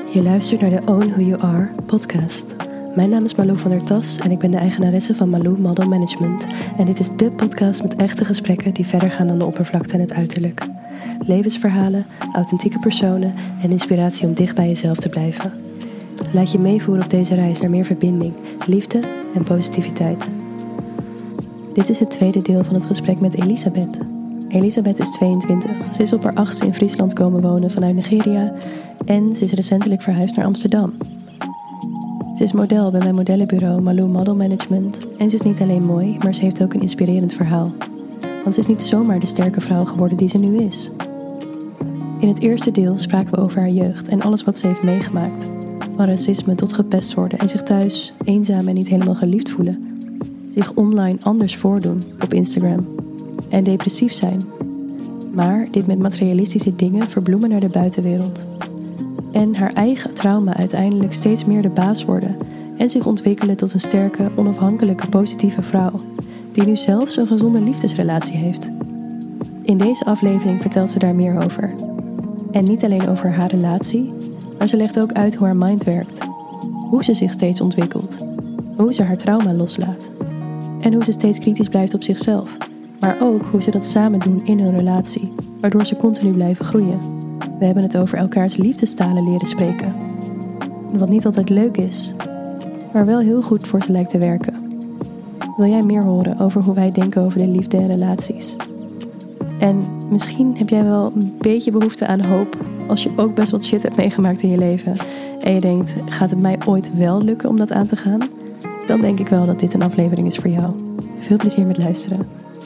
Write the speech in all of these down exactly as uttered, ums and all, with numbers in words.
Je luistert naar de Own Who You Are podcast. Mijn naam is Malou van der Tas en ik ben de eigenaresse van Malou Model Management. En dit is dé podcast met echte gesprekken die verder gaan dan de oppervlakte en het uiterlijk. Levensverhalen, authentieke personen en inspiratie om dicht bij jezelf te blijven. Laat je meevoeren op deze reis naar meer verbinding, liefde en positiviteit. Dit is het tweede deel van het gesprek met Elisabeth. Elisabeth is tweeëntwintig. Ze is op haar achtste in Friesland komen wonen vanuit Nigeria en ze is recentelijk verhuisd naar Amsterdam. Ze is model bij mijn modellenbureau Malou Model Management en ze is niet alleen mooi, maar ze heeft ook een inspirerend verhaal. Want ze is niet zomaar de sterke vrouw geworden die ze nu is. In het eerste deel spraken we over haar jeugd en alles wat ze heeft meegemaakt. Van racisme tot gepest worden en zich thuis eenzaam en niet helemaal geliefd voelen. Zich online anders voordoen op Instagram. En depressief zijn. Maar dit met materialistische dingen verbloemen naar de buitenwereld. En haar eigen trauma uiteindelijk steeds meer de baas worden. En zich ontwikkelen tot een sterke, onafhankelijke, positieve vrouw. Die nu zelfs een gezonde liefdesrelatie heeft. In deze aflevering vertelt ze daar meer over. En niet alleen over haar relatie, maar ze legt ook uit hoe haar mind werkt. Hoe ze zich steeds ontwikkelt. Hoe ze haar trauma loslaat. En hoe ze steeds kritisch blijft op zichzelf. Maar ook hoe ze dat samen doen in hun relatie, waardoor ze continu blijven groeien. We hebben het over elkaars liefdestalen leren spreken. Wat niet altijd leuk is, maar wel heel goed voor ze lijkt te werken. Wil jij meer horen over hoe wij denken over de liefde en relaties? En misschien heb jij wel een beetje behoefte aan hoop als je ook best wat shit hebt meegemaakt in je leven. En je denkt, gaat het mij ooit wel lukken om dat aan te gaan? Dan denk ik wel dat dit een aflevering is voor jou. Veel plezier met luisteren.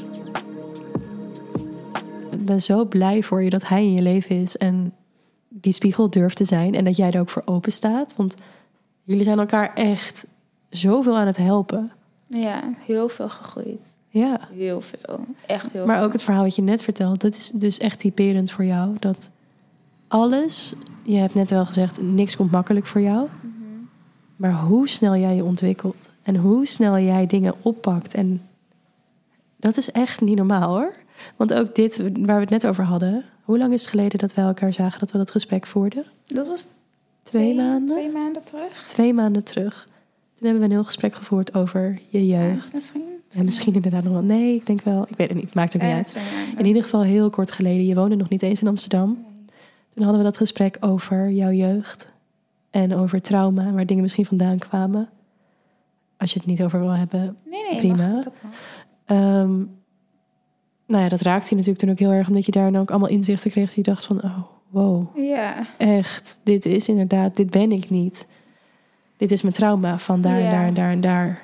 Ik ben zo blij voor je dat hij in je leven is en die spiegel durft te zijn en dat jij er ook voor open staat. Want jullie zijn elkaar echt zoveel aan het helpen. Ja, heel veel gegroeid. Ja. Heel veel. Echt heel maar veel. ook het verhaal wat je net vertelt, dat is dus echt typerend voor jou. Dat alles, je hebt net wel gezegd, niks komt makkelijk voor jou. Mm-hmm. Maar hoe snel jij je ontwikkelt en hoe snel jij dingen oppakt. En dat is echt niet normaal hoor. Want ook dit, waar we het net over hadden. Hoe lang is het geleden dat wij elkaar zagen, dat we dat gesprek voerden? Dat was twee, twee maanden? Twee maanden terug. Twee maanden terug. Toen hebben we een heel gesprek gevoerd over je jeugd. Ja, misschien. Ja, misschien inderdaad nog wel. Nee, ik denk wel. Ik weet het niet. Maakt ook niet Ja, uit. twee maanden. In ieder geval heel kort geleden. Je woonde nog niet eens in Amsterdam. Nee. Toen hadden we dat gesprek over jouw jeugd. En over trauma. Waar dingen misschien vandaan kwamen. Als je het niet over wil hebben. Nee, nee, prima. mag, dat mag. Um, nou ja, dat raakte je natuurlijk toen ook heel erg. Omdat je daar dan ook allemaal inzichten kreeg. Die je dacht van, oh, wow. Ja. Echt, dit is inderdaad, dit ben ik niet. Dit is mijn trauma van daar Ja. en daar en daar en daar.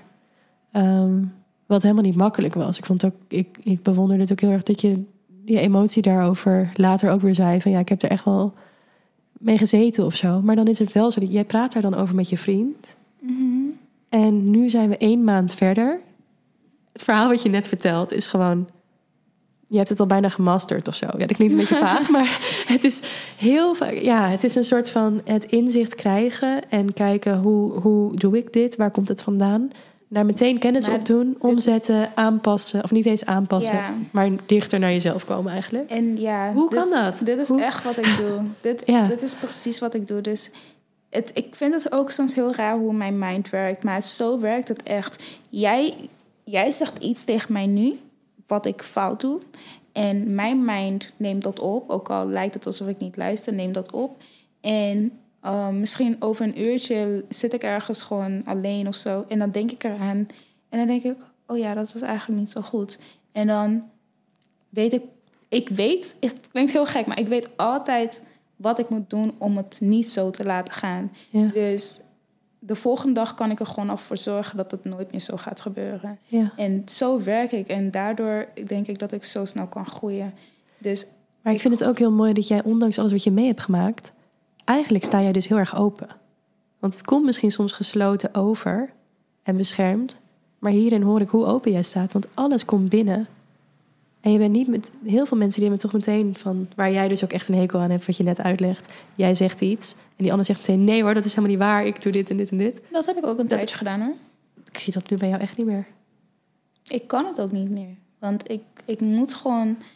Um, wat helemaal niet makkelijk was. Ik vond ook, ik, ik bewonderde het ook heel erg dat je je emotie daarover later ook weer zei. Van ja, ik heb er echt wel mee gezeten of zo. Maar dan is het wel zo, dat jij praat daar dan over met je vriend. Mm-hmm. En nu zijn we één maand verder. Het verhaal wat je net vertelt is gewoon, je hebt het al bijna gemasterd of zo. Ja, dat klinkt een beetje vaag, maar het is heel vaak. Ja, het is een soort van het inzicht krijgen en kijken hoe, hoe doe ik dit? Waar komt het vandaan? Daar meteen kennis Maar op doen, omzetten, is... aanpassen. Of niet eens aanpassen, Ja. maar dichter naar jezelf komen eigenlijk. En ja, Hoe dit kan is- dat? Dit is Hoe... echt wat ik doe. dit, Ja. dit is precies wat ik doe. Dus het, ik vind het ook soms heel raar hoe mijn mind werkt. Maar zo werkt het echt. Jij, jij zegt iets tegen mij nu, wat ik fout doe. En mijn mind neemt dat op. Ook al lijkt het alsof ik niet luister, neemt dat op. En uh, misschien over een uurtje zit ik ergens gewoon alleen of zo. En dan denk ik eraan. En dan denk ik, oh ja, dat was eigenlijk niet zo goed. En dan weet ik, ik weet, het klinkt heel gek, maar ik weet altijd wat ik moet doen om het niet zo te laten gaan. Ja. Dus de volgende dag kan ik er gewoon al voor zorgen dat het nooit meer zo gaat gebeuren. Ja. En zo werk ik. En daardoor denk ik dat ik zo snel kan groeien. Dus Maar ik vind het ook heel mooi dat jij, ondanks alles wat je mee hebt gemaakt, eigenlijk sta jij dus heel erg open. Want het komt misschien soms gesloten over en beschermd. Maar hierin hoor ik hoe open jij staat. Want alles komt binnen. En je bent niet met heel veel mensen die hebben toch meteen van, waar jij dus ook echt een hekel aan hebt, wat je net uitlegt. Jij zegt iets en die ander zegt meteen, nee hoor, dat is helemaal niet waar. Ik doe dit en dit en dit. dat heb ik ook een Dat- tijdje gedaan hoor. Ik zie dat nu bij jou echt niet meer. Ik kan het ook niet meer. Want ik, ik moet gewoon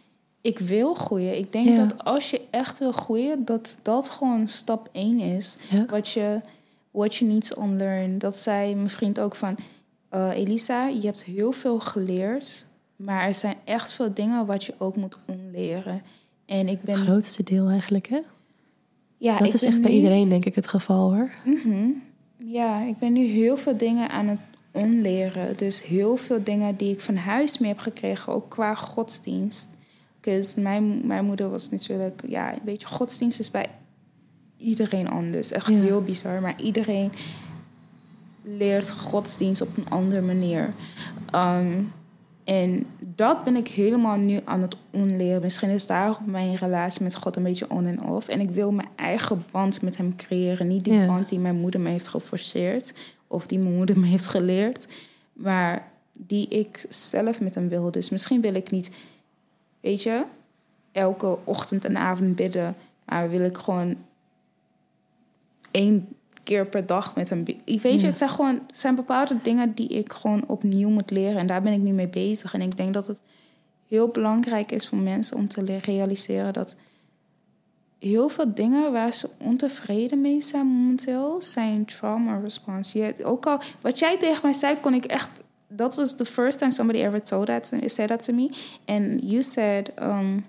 ik wil groeien. Ik denk Ja. dat als je echt wil groeien, dat dat gewoon stap één is. Ja. Wat je, what you need to unlearn. Dat zei mijn vriend ook van, uh, Elisa, je hebt heel veel geleerd, maar er zijn echt veel dingen wat je ook moet onleren. En ik ben, Het grootste deel eigenlijk, hè? ja, dat ik is ben echt bij nu, iedereen, denk ik, het geval, hoor. Mm-hmm. Ja, ik ben nu heel veel dingen aan het onleren. Dus heel veel dingen die ik van huis mee heb gekregen, ook qua godsdienst. Dus mijn, mijn moeder was natuurlijk, ja, een beetje godsdienst is bij iedereen anders. Echt Ja. heel bizar, maar iedereen leert godsdienst op een andere manier. Um, en dat ben ik helemaal nu aan het onleren. Misschien is daarom mijn relatie met God een beetje on en off. En ik wil mijn eigen band met hem creëren. Niet die Ja. band die mijn moeder me heeft geforceerd. Of die mijn moeder me heeft geleerd. Maar die ik zelf met hem wil. Dus misschien wil ik niet, weet je, elke ochtend en avond bidden. Maar wil ik gewoon één keer per dag met hem. Weet je, Ja. het zijn gewoon het zijn bepaalde dingen die ik gewoon opnieuw moet leren. En daar ben ik nu mee bezig. En ik denk dat het heel belangrijk is voor mensen om te le- realiseren dat heel veel dingen waar ze ontevreden mee zijn momenteel, zijn trauma response. Je, ook al wat jij tegen mij zei, kon ik echt. That was the first time somebody ever told that to me, said that to me. And you said, um,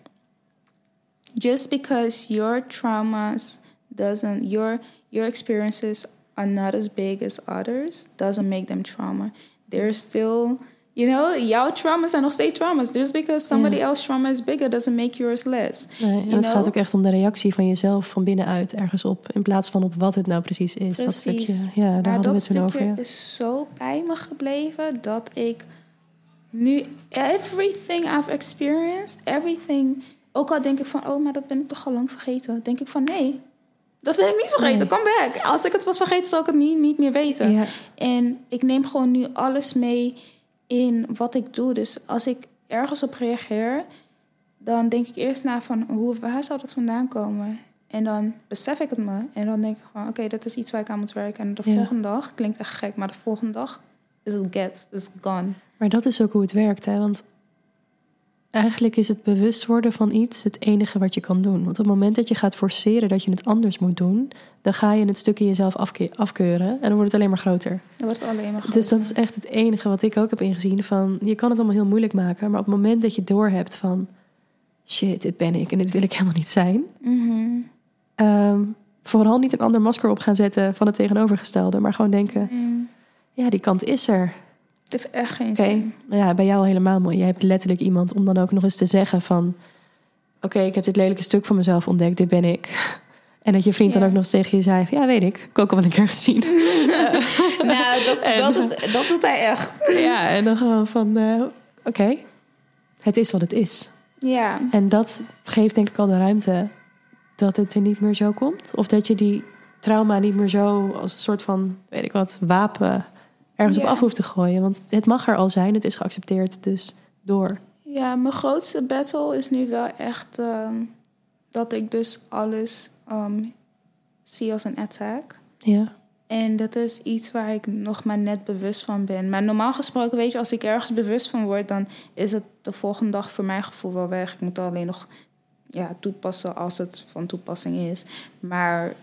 just because your traumas doesn't your your experiences are not as big as others doesn't make them trauma. They're still, you know, jouw traumas zijn nog steeds traumas. Just because somebody Ja. else's trauma is bigger doesn't make yours less. Nee, en You het know? gaat ook echt om de reactie van jezelf van binnenuit ergens op. In plaats van op wat het nou precies is. Precies. Dat stukje, ja, daar maar hadden we dat het toen over. stukje Ja. is zo bij me gebleven dat ik nu everything I've experienced, everything, ook al denk ik van, oh, maar dat ben ik toch al lang vergeten. Denk ik van, nee, dat ben ik niet vergeten. Nee. Come back. Als ik het was vergeten, zou ik het niet, niet meer weten. Ja. En ik neem gewoon nu alles mee in wat ik doe. Dus als ik ergens op reageer, dan denk ik eerst na van, hoe, waar zou dat vandaan komen? En dan besef ik het me. En dan denk ik van, oké, okay, dat is iets waar ik aan moet werken. En de Ja. volgende dag, klinkt echt gek, maar de volgende dag is het get, is gone. Maar dat is ook hoe het werkt, hè? Want eigenlijk is het bewust worden van iets het enige wat je kan doen. Want op het moment dat je gaat forceren dat je het anders moet doen, dan ga je het stukje jezelf afke- afkeuren en dan wordt het alleen maar groter. Dan wordt het alleen maar Dus dat groter. is echt het enige wat ik ook heb ingezien. Van, je kan het allemaal heel moeilijk maken, maar op het moment dat je doorhebt van, shit, dit ben ik en dit wil ik helemaal niet zijn. Mm-hmm. Um, vooral niet een ander masker op gaan zetten van het tegenovergestelde, maar gewoon denken, Mm. ja, die kant is er. Het heeft echt geen Oké, zin. nou ja, bij jou al helemaal mooi. Je hebt letterlijk iemand om dan ook nog eens te zeggen van, oké, okay, ik heb dit lelijke stuk van mezelf ontdekt, dit ben ik. En dat je vriend Ja. dan ook nog eens tegen je zei van, ja, weet ik, ik heb ook al wel een keer gezien. Nou, dat, En- dat, is, dat doet hij echt. Ja, en dan gewoon van, uh, oké, okay, het is wat het is. Ja. En dat geeft denk ik al de ruimte dat het er niet meer zo komt. Of dat je die trauma niet meer zo als een soort van, weet ik wat, wapen ergens Ja. op af hoeft te gooien. Want het mag er al zijn, het is geaccepteerd, dus door. Ja, mijn grootste battle is nu wel echt um, dat ik dus alles um, zie als een attack. Ja, En dat is iets waar ik nog maar net bewust van ben. Maar normaal gesproken, weet je, als ik ergens bewust van word, dan is het de volgende dag voor mijn gevoel wel weg. Ik moet alleen nog ja, toepassen als het van toepassing is. Maar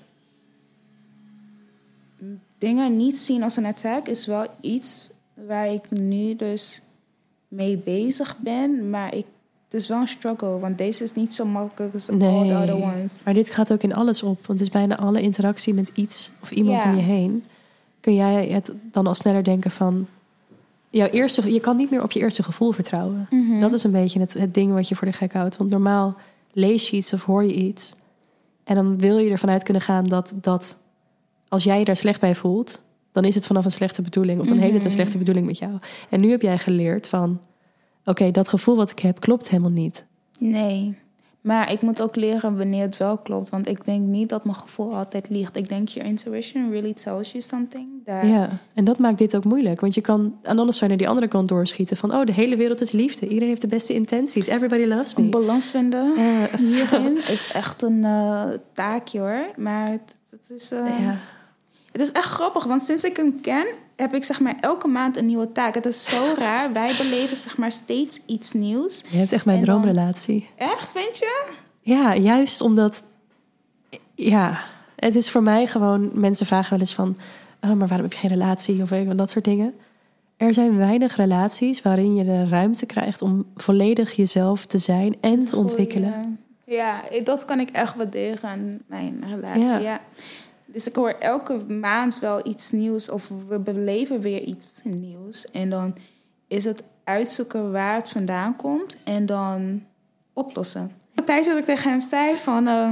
dingen niet zien als een attack is wel iets waar ik nu dus mee bezig ben. Maar ik, het is wel een struggle, want deze is niet zo makkelijk als all the other ones. Maar dit gaat ook in alles op. Want het is bijna alle interactie met iets of iemand Ja. om je heen. Kun jij het dan al sneller denken van, jouw eerste, je kan niet meer op je eerste gevoel vertrouwen. Mm-hmm. Dat is een beetje het, het ding wat je voor de gek houdt. Want normaal lees je iets of hoor je iets. En dan wil je ervan uit kunnen gaan dat, dat als jij je daar slecht bij voelt, dan is het vanaf een slechte bedoeling. Of dan heeft het een slechte bedoeling met jou. En nu heb jij geleerd van, oké, okay, dat gevoel wat ik heb klopt helemaal niet. Nee, maar ik moet ook leren wanneer het wel klopt. Want ik denk niet dat mijn gevoel altijd liegt. Ik denk your intuition really tells you something. That... Ja, en dat maakt dit ook moeilijk. Want je kan aan alles naar die andere kant doorschieten. Van, oh, de hele wereld is liefde. Iedereen heeft de beste intenties. Everybody loves me. Een balans vinden Uh, hierin is echt een uh, taakje hoor. Maar het, het is... Uh, ja. Het is echt grappig, want sinds ik hem ken, heb ik zeg maar elke maand een nieuwe taak. Het is zo raar. Wij beleven zeg maar steeds iets nieuws. Je hebt echt mijn En droomrelatie. Dan, echt, vind je? Ja, juist omdat... Ja, het is voor mij gewoon... Mensen vragen wel eens van... Oh, maar waarom heb je geen relatie? Of weet ik wel, dat soort dingen. Er zijn weinig relaties waarin je de ruimte krijgt... om volledig jezelf te zijn en te ontwikkelen. Ja, dat kan ik echt waarderen aan mijn relatie, ja. ja. Dus ik hoor elke maand wel iets nieuws... of we beleven weer iets nieuws. En dan is het uitzoeken waar het vandaan komt... en dan oplossen. Een tijdje dat ik tegen hem zei van... Uh,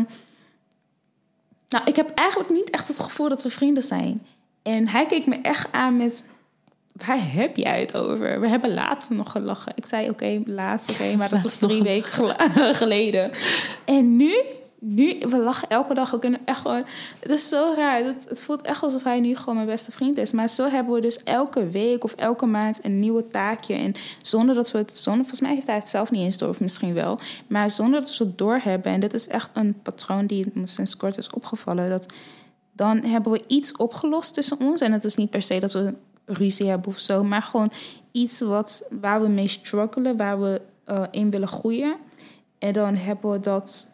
nou, ik heb eigenlijk niet echt het gevoel dat we vrienden zijn. En hij keek me echt aan met... Waar heb jij het over? We hebben laatst nog gelachen. Ik zei, oké, okay, laatst, oké, okay, maar dat was drie weken gel- geleden. En nu, nu, we lachen elke dag. We kunnen echt gewoon... Het is zo raar. Het, het voelt echt alsof hij nu gewoon mijn beste vriend is. Maar zo hebben we dus elke week of elke maand een nieuwe taakje. En zonder dat we het... Zonder, volgens mij heeft hij het zelf niet eens door, of misschien wel. Maar zonder dat we het doorhebben. En dit is echt een patroon die me sinds kort is opgevallen. Dat dan hebben we iets opgelost tussen ons. En het is niet per se dat we... ruzie hebben of zo, maar gewoon iets wat, waar we mee struggelen, waar we uh, in willen groeien. En dan hebben we dat,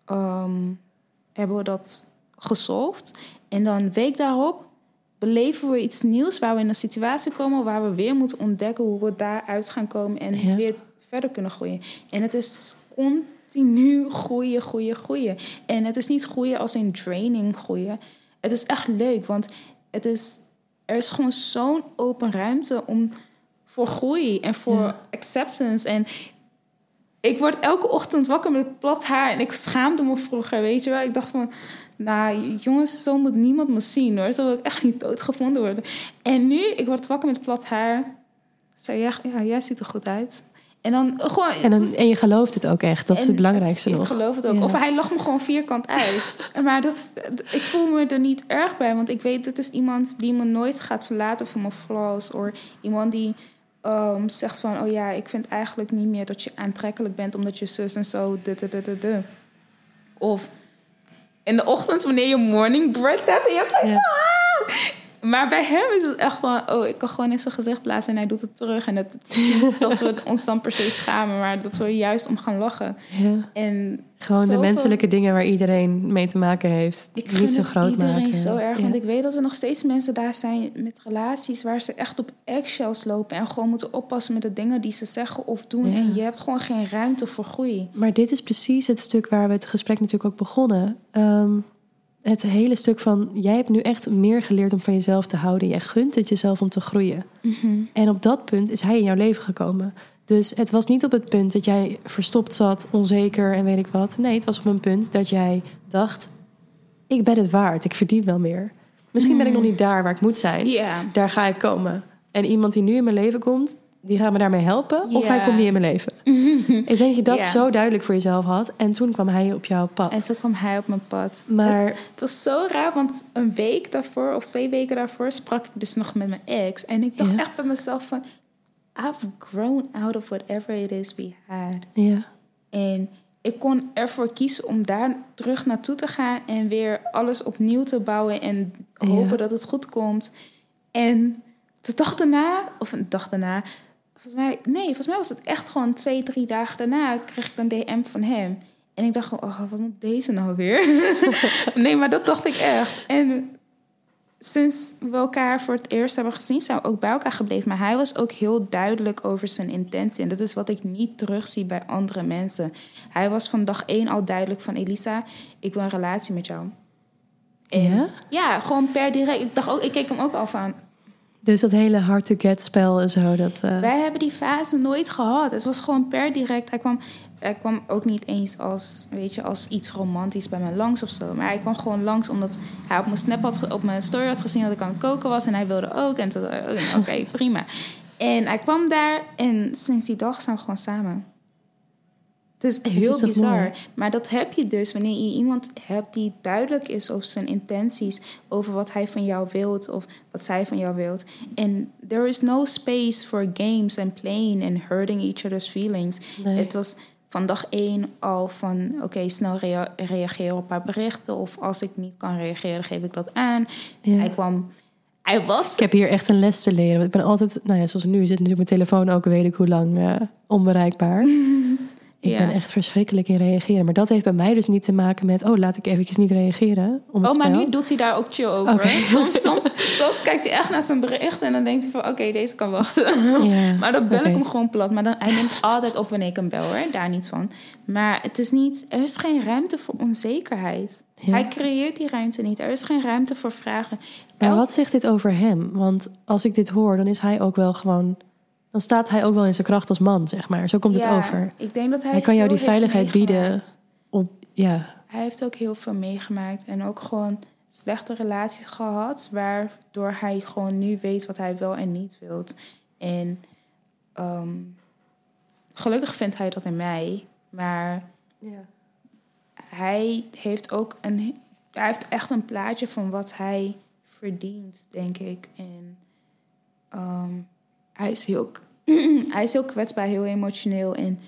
um, hebben we dat gesolved. En dan een week daarop beleven we iets nieuws waar we in een situatie komen waar we weer moeten ontdekken hoe we daaruit gaan komen en ja. weer verder kunnen groeien. En het is continu groeien, groeien, groeien. En het is niet groeien als in training groeien. Het is echt leuk, want het is... Er is gewoon zo'n open ruimte om voor groei en voor ja. acceptance. En ik word elke ochtend wakker met plat haar. En ik schaamde me vroeger, weet je wel. Ik dacht van, nou jongens, zo moet niemand me zien hoor. Zo wil ik echt niet doodgevonden worden. En nu, ik word wakker met plat haar. Ik zei, ja, ja, jij ziet er goed uit. En dan gewoon... En, dan, en je gelooft het ook echt. Dat is het belangrijkste het, nog. Ik geloof het ook. Ja. Of hij lacht me gewoon vierkant uit. Maar dat, ik voel me er niet erg bij. Want ik weet, het is iemand die me nooit gaat verlaten voor mijn flaws. Of iemand die um, zegt van... Oh ja, ik vind eigenlijk niet meer dat je aantrekkelijk bent... omdat je zus en zo... De, de, de, de, de. Of in de ochtend wanneer je morning breath hebt... En je zegt... Ja. Maar bij hem is het echt van... Oh, ik kan gewoon in zijn gezicht blazen en hij doet het terug. En het is niet dat we ons dan per se schamen... maar dat we er juist om gaan lachen. Ja. En gewoon zoveel... de menselijke dingen waar iedereen mee te maken heeft. Ik niet zo groot iedereen maken. Zo erg, ja. Want ik weet dat er nog steeds mensen daar zijn... met relaties waar ze echt op eggshells lopen... en gewoon moeten oppassen met de dingen die ze zeggen of doen. Ja. En je hebt gewoon geen ruimte voor groei. Maar dit is precies het stuk waar we het gesprek natuurlijk ook begonnen... Um, Het hele stuk van, jij hebt nu echt meer geleerd om van jezelf te houden. Jij gunt het jezelf om te groeien. Mm-hmm. En op dat punt is hij in jouw leven gekomen. Dus het was niet op het punt dat jij verstopt zat, onzeker en weet ik wat. Nee, het was op een punt dat jij dacht, ik ben het waard, ik verdien wel meer. Misschien mm. ben ik nog niet daar waar ik moet zijn. Yeah. Daar ga ik komen. En iemand die nu in mijn leven komt... die gaat me daarmee helpen, yeah. of hij komt niet in mijn leven. Ik denk dat je dat yeah. zo duidelijk voor jezelf had. En toen kwam hij op jouw pad. En toen kwam hij op mijn pad. Maar het, het was zo raar, want een week daarvoor... of twee weken daarvoor sprak ik dus nog met mijn ex. En ik dacht yeah. echt bij mezelf van... I've grown out of whatever it is we had. Ja. En ik kon ervoor kiezen om daar terug naartoe te gaan... en weer alles opnieuw te bouwen... en hopen yeah. dat het goed komt. En de dag daarna... of een dag daarna... Volgens mij, nee, volgens mij was het echt gewoon twee, drie dagen daarna... kreeg ik een D M van hem. En ik dacht gewoon, oh, wat moet deze nou weer? Nee, maar dat dacht ik echt. En sinds we elkaar voor het eerst hebben gezien... zijn we ook bij elkaar gebleven. Maar hij was ook heel duidelijk over zijn intentie. En dat is wat ik niet terugzie bij andere mensen. Hij was van dag één al duidelijk van... Elisa, ik wil een relatie met jou. En ja? Ja, gewoon per direct. Ik, dacht ook, ik keek hem ook al van... Dus dat hele hard-to-get spel en zo, dat... Uh... Wij hebben die fase nooit gehad. Het was gewoon per direct. Hij kwam, hij kwam ook niet eens als, weet je, als iets romantisch bij mij langs of zo. Maar hij kwam gewoon langs omdat hij op mijn snap had, op mijn story had gezien dat ik aan het koken was. En hij wilde ook. En toen, oké, okay, prima. En hij kwam daar en sinds die dag zijn we gewoon samen. Het is heel bizar. Maar dat heb je dus wanneer je iemand hebt die duidelijk is over zijn intenties, over wat hij van jou wilt of wat zij van jou wilt. En there is no space for games and playing and hurting each other's feelings. Nee. Het was van dag één al van oké, okay, snel rea- reageren op haar berichten. Of als ik niet kan reageren, geef ik dat aan. Ja. Hij kwam... hij was... Ik heb hier echt een les te leren. Want ik ben altijd, nou ja, zoals nu zit natuurlijk mijn telefoon ook weet ik hoe lang uh, onbereikbaar. Ik ja. ben echt verschrikkelijk in reageren. Maar dat heeft bij mij dus niet te maken met... oh, laat ik eventjes niet reageren om het Oh, maar spel. nu doet hij daar ook chill over. Okay. Soms, soms, soms kijkt hij echt naar zijn bericht... en dan denkt hij van, oké, okay, deze kan wachten. Ja, maar dan bel okay. ik hem gewoon plat. Maar dan, hij neemt altijd op wanneer ik hem bel, hoor. Daar niet van. Maar het is niet... er is geen ruimte voor onzekerheid. Ja. Hij creëert die ruimte niet. Er is geen ruimte voor vragen. Maar Elk... wat zegt dit over hem? Want als ik dit hoor, dan is hij ook wel gewoon... dan staat hij ook wel in zijn kracht als man, zeg maar. Zo komt ja, het over. Ik denk dat hij, hij kan jou die veiligheid meegemaakt. bieden. Op, ja. Hij heeft ook heel veel meegemaakt. En ook gewoon slechte relaties gehad... waardoor hij gewoon nu weet wat hij wel en niet wil. En um, gelukkig vindt hij dat in mij. Maar ja. hij heeft ook een... hij heeft echt een plaatje van wat hij verdient, denk ik. En um, hij is heel... hij is heel kwetsbaar, heel emotioneel. En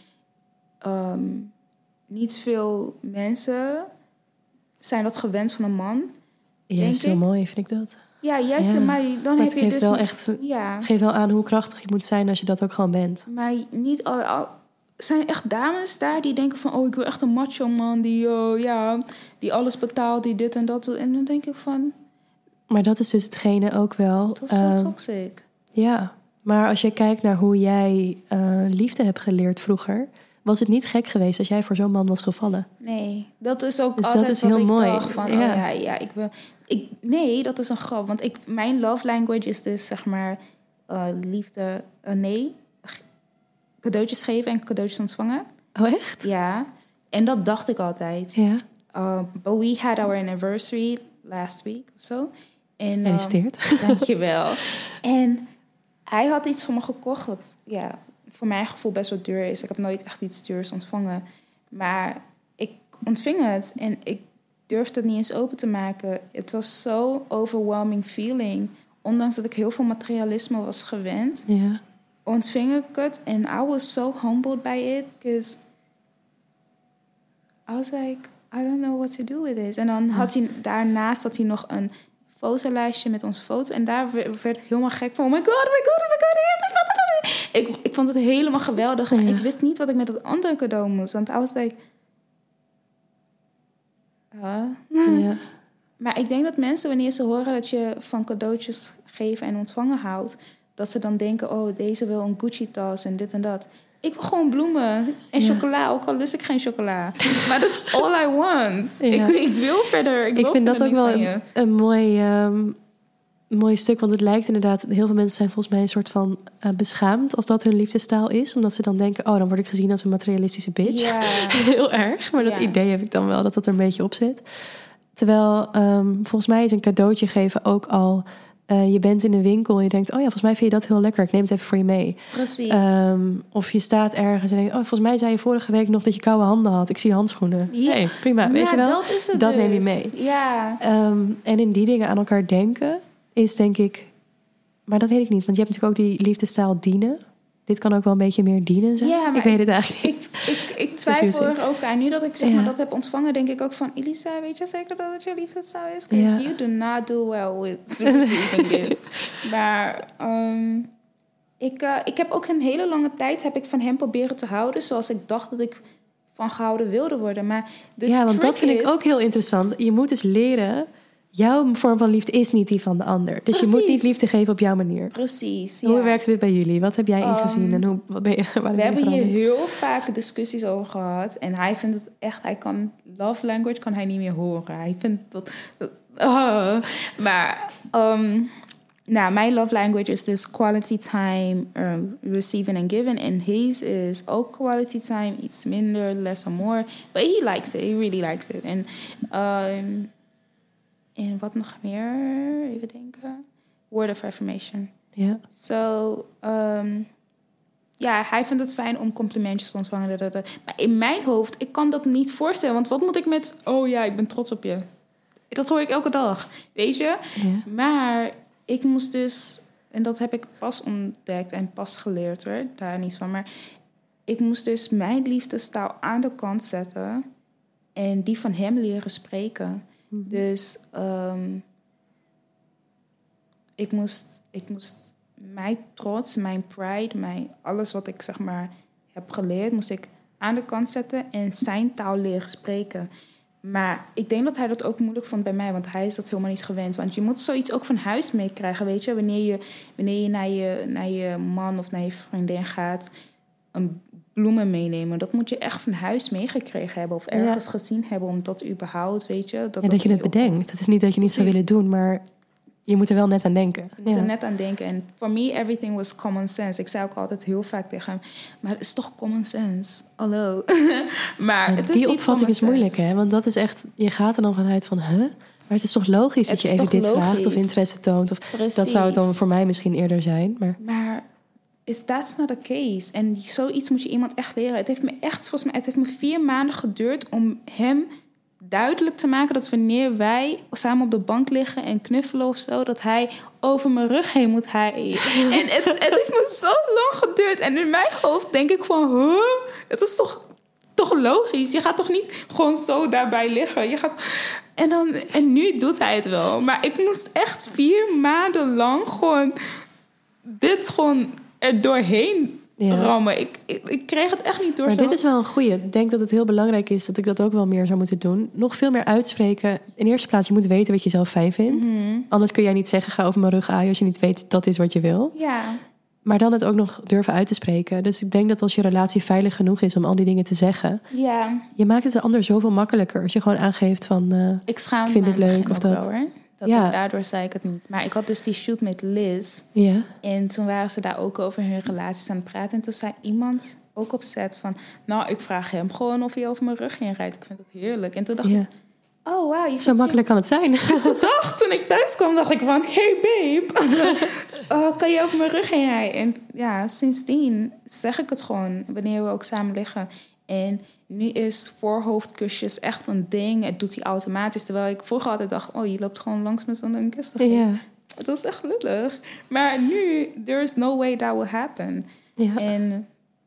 um, niet veel mensen zijn dat gewend van een man. Juist heel mooi, vind ik dat. Ja, juist. Ja. Maar dan maar heb je geeft dus... Wel een, echt, ja. Het geeft wel aan hoe krachtig je moet zijn als je dat ook gewoon bent. Maar niet al... al zijn echt dames daar die denken van... oh, ik wil echt een macho man die, uh, ja, die alles betaalt, die dit en dat doet. En dan denk ik van... Maar dat is dus hetgene ook wel... Dat is zo uh, toxic. Ja, maar als je kijkt naar hoe jij uh, liefde hebt geleerd vroeger... was het niet gek geweest als jij voor zo'n man was gevallen? Nee, dat is ook dus altijd dat is wat heel ik mooi. dacht van... ja. oh ja, ja, ik wil... Ik, nee, dat is een grap. Want ik, mijn love language is dus, zeg maar... Uh, liefde... Uh, nee, cadeautjes geven en cadeautjes ontvangen. Oh, echt? Ja, en dat dacht ik altijd. Ja. Uh, but we had our anniversary last week of zo. En, Gefeliciteerd. Um, dankjewel. En hij had iets voor me gekocht wat ja, voor mijn gevoel best wel duur is. Ik heb nooit echt iets duurs ontvangen. Maar ik ontving het en ik durfde het niet eens open te maken. Het was zo'n overwhelming feeling. Ondanks dat ik heel veel materialisme was gewend... Ja. ontving ik het en I was so humbled by it because I was like, I don't know what to do with this. En dan ja. had hij daarnaast had hij nog een fotolijstje met onze foto's en daar werd ik helemaal gek van. Oh my god, oh my god, oh my god, hij heeft een foto van ik, ik vond het helemaal geweldig en ja. ik wist niet wat ik met dat andere cadeau moest, want I was like, uh. ja. Maar ik denk dat mensen, wanneer ze horen dat je van cadeautjes geven en ontvangen houdt, dat ze dan denken, oh, deze wil een Gucci-tas en dit en dat. Ik wil gewoon bloemen en ja. chocola, ook al lust ik geen chocola. Maar dat is all I want. Ja. Ik, ik wil verder, ik, ik wil vind verder dat ook wel een, een mooi, um, mooi stuk, want het lijkt inderdaad... heel veel mensen zijn volgens mij een soort van uh, beschaamd als dat hun liefdestaal is. Omdat ze dan denken, oh, dan word ik gezien als een materialistische bitch. Ja. Heel erg, maar dat ja. idee heb ik dan wel, dat dat er een beetje op zit. Terwijl, um, volgens mij is een cadeautje geven ook al... Uh, je bent in een winkel en je denkt... oh ja, volgens mij vind je dat heel lekker. Ik neem het even voor je mee. Precies. Um, of je staat ergens en denkt... oh, volgens mij zei je vorige week nog dat je koude handen had. Ik zie handschoenen. Ja. Nee, prima. Weet ja, je wel? Dat, is het dat dus. neem je mee. Ja. Um, en in die dingen aan elkaar denken... is denk ik... maar dat weet ik niet. Want je hebt natuurlijk ook die liefdestaal dienen... Dit kan ook wel een beetje meer dienen zijn. Ja, ik weet het eigenlijk niet. Ik, ik, ik twijfel er ook aan. Nu dat ik zeg ja. maar dat heb ontvangen, denk ik ook van... Elisa, weet je zeker dat het je liefdestaal is? Because ja. you do not do well with receiving gifts. Maar um, ik, uh, ik heb ook een hele lange tijd... heb ik van hem proberen te houden... zoals ik dacht dat ik van gehouden wilde worden. Maar de ja, want dat vind is, ik ook heel interessant. Je moet dus leren... jouw vorm van liefde is niet die van de ander. Dus Precies. je moet niet liefde geven op jouw manier. Precies, Hoe ja. werkt dit bij jullie? Wat heb jij ingezien? Um, en hoe, wat ben je, waar we hebben veranderd? hier heel vaak discussies over gehad. En hij vindt het echt... Hij kan love language kan hij niet meer horen. Hij vindt dat... Uh, maar... Um, nou, mijn love language is dus quality time, um, receiving and giving. En his is ook quality time. Iets minder, less or more. But he likes it. He really likes it. En... Um, En wat nog meer? Even denken. Word of affirmation. Ja. Yeah. So, um, ja, hij vindt het fijn om complimentjes te ontvangen. Maar in mijn hoofd, ik kan dat niet voorstellen. Want wat moet ik met... oh ja, ik ben trots op je. Dat hoor ik elke dag. Weet je? Yeah. Maar ik moest dus... en dat heb ik pas ontdekt en pas geleerd hoor. Daar niet van. Maar ik moest dus mijn liefdestaal aan de kant zetten. En die van hem leren spreken. Dus um, ik moest, ik moest mijn trots, mijn pride, mijn, alles wat ik zeg maar heb geleerd, moest ik aan de kant zetten en zijn taal leren spreken. Maar ik denk dat hij dat ook moeilijk vond bij mij, want hij is dat helemaal niet gewend. Want je moet zoiets ook van huis meekrijgen, weet je. Wanneer je, wanneer je, naar, je naar je man of naar je vriendin gaat, een bloemen meenemen. Dat moet je echt van huis meegekregen hebben of ergens ja. gezien hebben, om dat überhaupt, weet je. Dat, ja, dat, dat je het bedenkt. Het is niet dat je niet zou willen doen, maar je moet er wel net aan denken. Je moet ja. er net aan denken. En for me, everything was common sense. Ik zei ook altijd heel vaak tegen hem, maar het is toch common sense? Hallo. maar ja, het is die niet opvatting is sense. moeilijk, hè? Want dat is echt, je gaat er dan vanuit van, huh? Maar het is toch logisch het dat je even dit logisch. vraagt of interesse toont? Of Precies. Dat zou het dan voor mij misschien eerder zijn. Maar, maar is that's not the case. En zoiets moet je iemand echt leren. Het heeft me echt, volgens mij, het heeft me vier maanden geduurd om hem duidelijk te maken dat wanneer wij samen op de bank liggen en knuffelen of zo, dat hij over mijn rug heen moet hij. En het, het heeft me zo lang geduurd. En in mijn hoofd denk ik van, huh? Het is toch, toch logisch? Je gaat toch niet gewoon zo daarbij liggen? Je gaat. En, dan, en nu doet hij het wel. Maar ik moest echt vier maanden lang gewoon dit gewoon er doorheen ja. rammen. Ik, ik, ik kreeg het echt niet door. Maar zo. dit is wel een goeie. Ik denk dat het heel belangrijk is dat ik dat ook wel meer zou moeten doen. Nog veel meer uitspreken. In eerste plaats, je moet weten wat je zelf fijn vindt. Mm-hmm. Anders kun jij niet zeggen, ga over mijn rug aaien als je niet weet dat is wat je wil. Ja. Maar dan het ook nog durven uit te spreken. Dus ik denk dat als je relatie veilig genoeg is om al die dingen te zeggen, ja. je maakt het de ander zoveel makkelijker. Als je gewoon aangeeft van, uh, ik schaam ik vind het leuk of dat. Wel, dat ja. ik, daardoor zei ik het niet. Maar ik had dus die shoot met Liz. Ja. En toen waren ze daar ook over hun relaties aan het praten. En toen zei iemand ook op set van, nou, ik vraag hem gewoon of hij over mijn rug heen rijdt. Ik vind het heerlijk. En toen dacht ja. ik, oh wow. Zo makkelijk je... kan het zijn. De dag toen ik thuis kwam, dacht ik van, hey babe, oh, kan je over mijn rug heen rijden? En ja, sindsdien zeg ik het gewoon, wanneer we ook samen liggen. En nu is voorhoofdkusjes echt een ding. Het doet hij automatisch. Terwijl ik vroeger altijd dacht, oh, je loopt gewoon langs me zonder een kus te geven. Ja. Dat is echt lullig. Maar nu, there's no way that will happen. Ja. En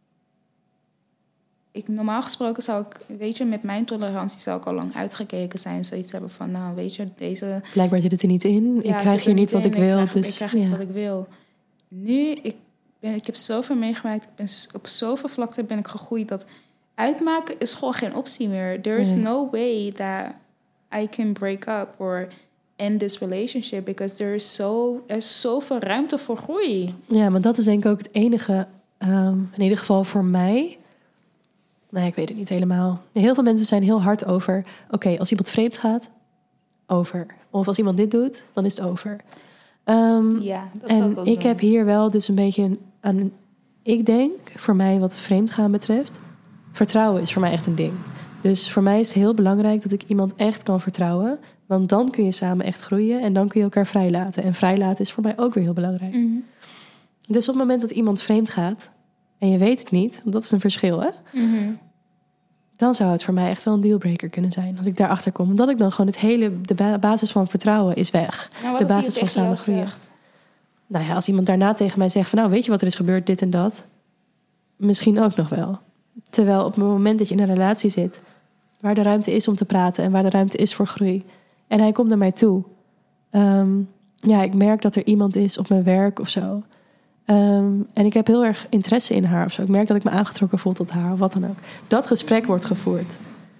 ik, normaal gesproken zou ik, weet je, met mijn tolerantie zou ik al lang uitgekeken zijn. Zoiets hebben van, nou, weet je, deze... Blijkbaar zit het er niet in. Ja, ik krijg hier niet wat ik wil. Ik krijg, dus, ik krijg ja. niet wat ik wil. Nu, ik, ben, ik heb zoveel meegemaakt. Ik ben op zoveel vlakten ben ik gegroeid dat uitmaken is gewoon geen optie meer. There is nee. no way that I can break up or end this relationship because there is so, er is zoveel ruimte voor groei. Ja, maar dat is denk ik ook het enige, um, in ieder geval voor mij. Nee, ik weet het niet helemaal. Heel veel mensen zijn heel hard over, oké, okay, als iemand vreemd gaat, over. Of als iemand dit doet, dan is het over. Um, ja, dat en zal ik doen. heb hier wel dus een beetje aan, ik denk, voor mij wat vreemdgaan betreft, vertrouwen is voor mij echt een ding. Dus voor mij is het heel belangrijk dat ik iemand echt kan vertrouwen. Want dan kun je samen echt groeien en dan kun je elkaar vrijlaten. En vrijlaten is voor mij ook weer heel belangrijk. Mm-hmm. Dus op het moment dat iemand vreemd gaat en je weet het niet, want dat is een verschil, hè? Mm-hmm. Dan zou het voor mij echt wel een dealbreaker kunnen zijn. Als ik daarachter kom. Omdat ik dan gewoon het hele, de basis van vertrouwen is weg. Nou, de basis van samen groeien. Nou ja, als iemand daarna tegen mij zegt van, nou, weet je wat er is gebeurd, dit en dat? Misschien ook nog wel. Terwijl op het moment dat je in een relatie zit, waar de ruimte is om te praten en waar de ruimte is voor groei. En hij komt naar mij toe. Um, ja, ik merk dat er iemand is op mijn werk of zo. Um, en ik heb heel erg interesse in haar of zo. Ik merk dat ik me aangetrokken voel tot haar of wat dan ook. Dat gesprek wordt gevoerd.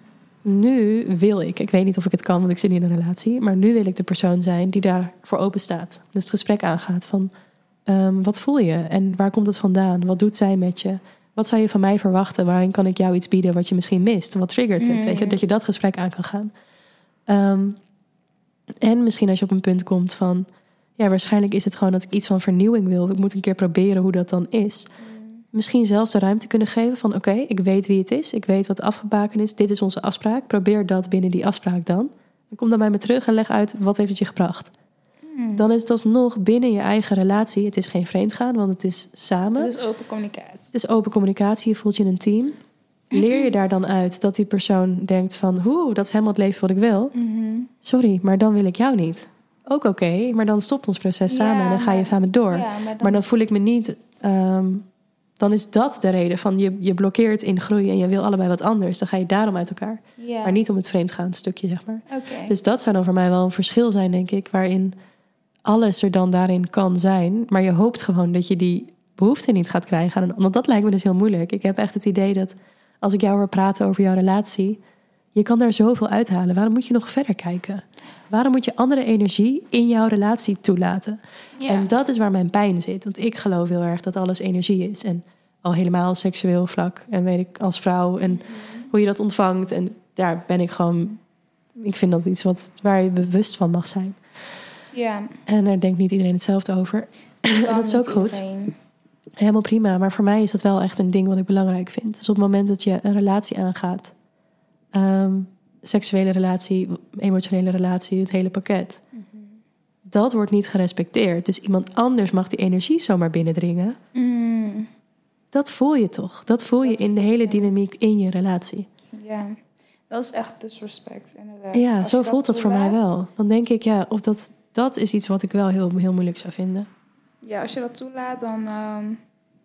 Nu wil ik, ik weet niet of ik het kan, want ik zit niet in een relatie. Maar nu wil ik de persoon zijn die daarvoor open staat. Dus het gesprek aangaat van, um, wat voel je? En waar komt het vandaan? Wat doet zij met je? Wat zou je van mij verwachten? Waarin kan ik jou iets bieden wat je misschien mist? Wat triggert het? Mm-hmm. Weet je, dat je dat gesprek aan kan gaan. Um, en misschien als je op een punt komt van, ja, waarschijnlijk is het gewoon dat ik iets van vernieuwing wil. Ik moet een keer proberen hoe dat dan is. Mm. Misschien zelfs de ruimte kunnen geven van, oké, okay, ik weet wie het is. Ik weet wat afgebaken is. Dit is onze afspraak. Probeer dat binnen die afspraak dan. En kom dan bij me terug en leg uit, wat heeft het je gebracht? Mm. Dan is het alsnog binnen je eigen relatie. Het is geen vreemdgaan, want het is samen. Het is open communicatie. Het is open communicatie. Je voelt je een team. Leer je daar dan uit dat die persoon denkt van, hoe, dat is helemaal het leven wat ik wil. Mm-hmm. Sorry, maar dan wil ik jou niet. Ook oké, okay, maar dan stopt ons proces samen ja, en dan ga je samen door. Ja, maar, dan... maar dan voel ik me niet, um, dan is dat de reden van je, je blokkeert in groei en je wil allebei wat anders. Dan ga je daarom uit elkaar. Ja. Maar niet om het vreemdgaan stukje, zeg maar. Okay. Dus dat zou dan voor mij wel een verschil zijn, denk ik, waarin alles er dan daarin kan zijn. Maar je hoopt gewoon dat je die behoefte niet gaat krijgen. Want dat lijkt me dus heel moeilijk. Ik heb echt het idee dat als ik jou hoor praten over jouw relatie, je kan daar zoveel uithalen. Waarom moet je nog verder kijken? Waarom moet je andere energie in jouw relatie toelaten? Ja. En dat is waar mijn pijn zit. Want ik geloof heel erg dat alles energie is. En al helemaal seksueel vlak. En weet ik, als vrouw. En mm-hmm. hoe je dat ontvangt. En daar ben ik gewoon... Ik vind dat iets wat, waar je bewust van mag zijn. Ja. En daar denkt niet iedereen hetzelfde over. En dat is ook goed. Iedereen. Helemaal prima. Maar voor mij is dat wel echt een ding wat ik belangrijk vind. Dus op het moment dat je een relatie aangaat... Um, seksuele relatie, emotionele relatie, het hele pakket. Mm-hmm. Dat wordt niet gerespecteerd. Dus iemand anders mag die energie zomaar binnendringen. Mm. Dat voel je toch? Dat voel je dat in de hele dynamiek in je relatie. Ja, dat is echt disrespect. Inderdaad. Ja, Als zo dat voelt dat toelaat, voor mij wel. Dan denk ik, ja, of dat, dat is iets wat ik wel heel, heel moeilijk zou vinden. Ja, als je dat toelaat, dan... Um...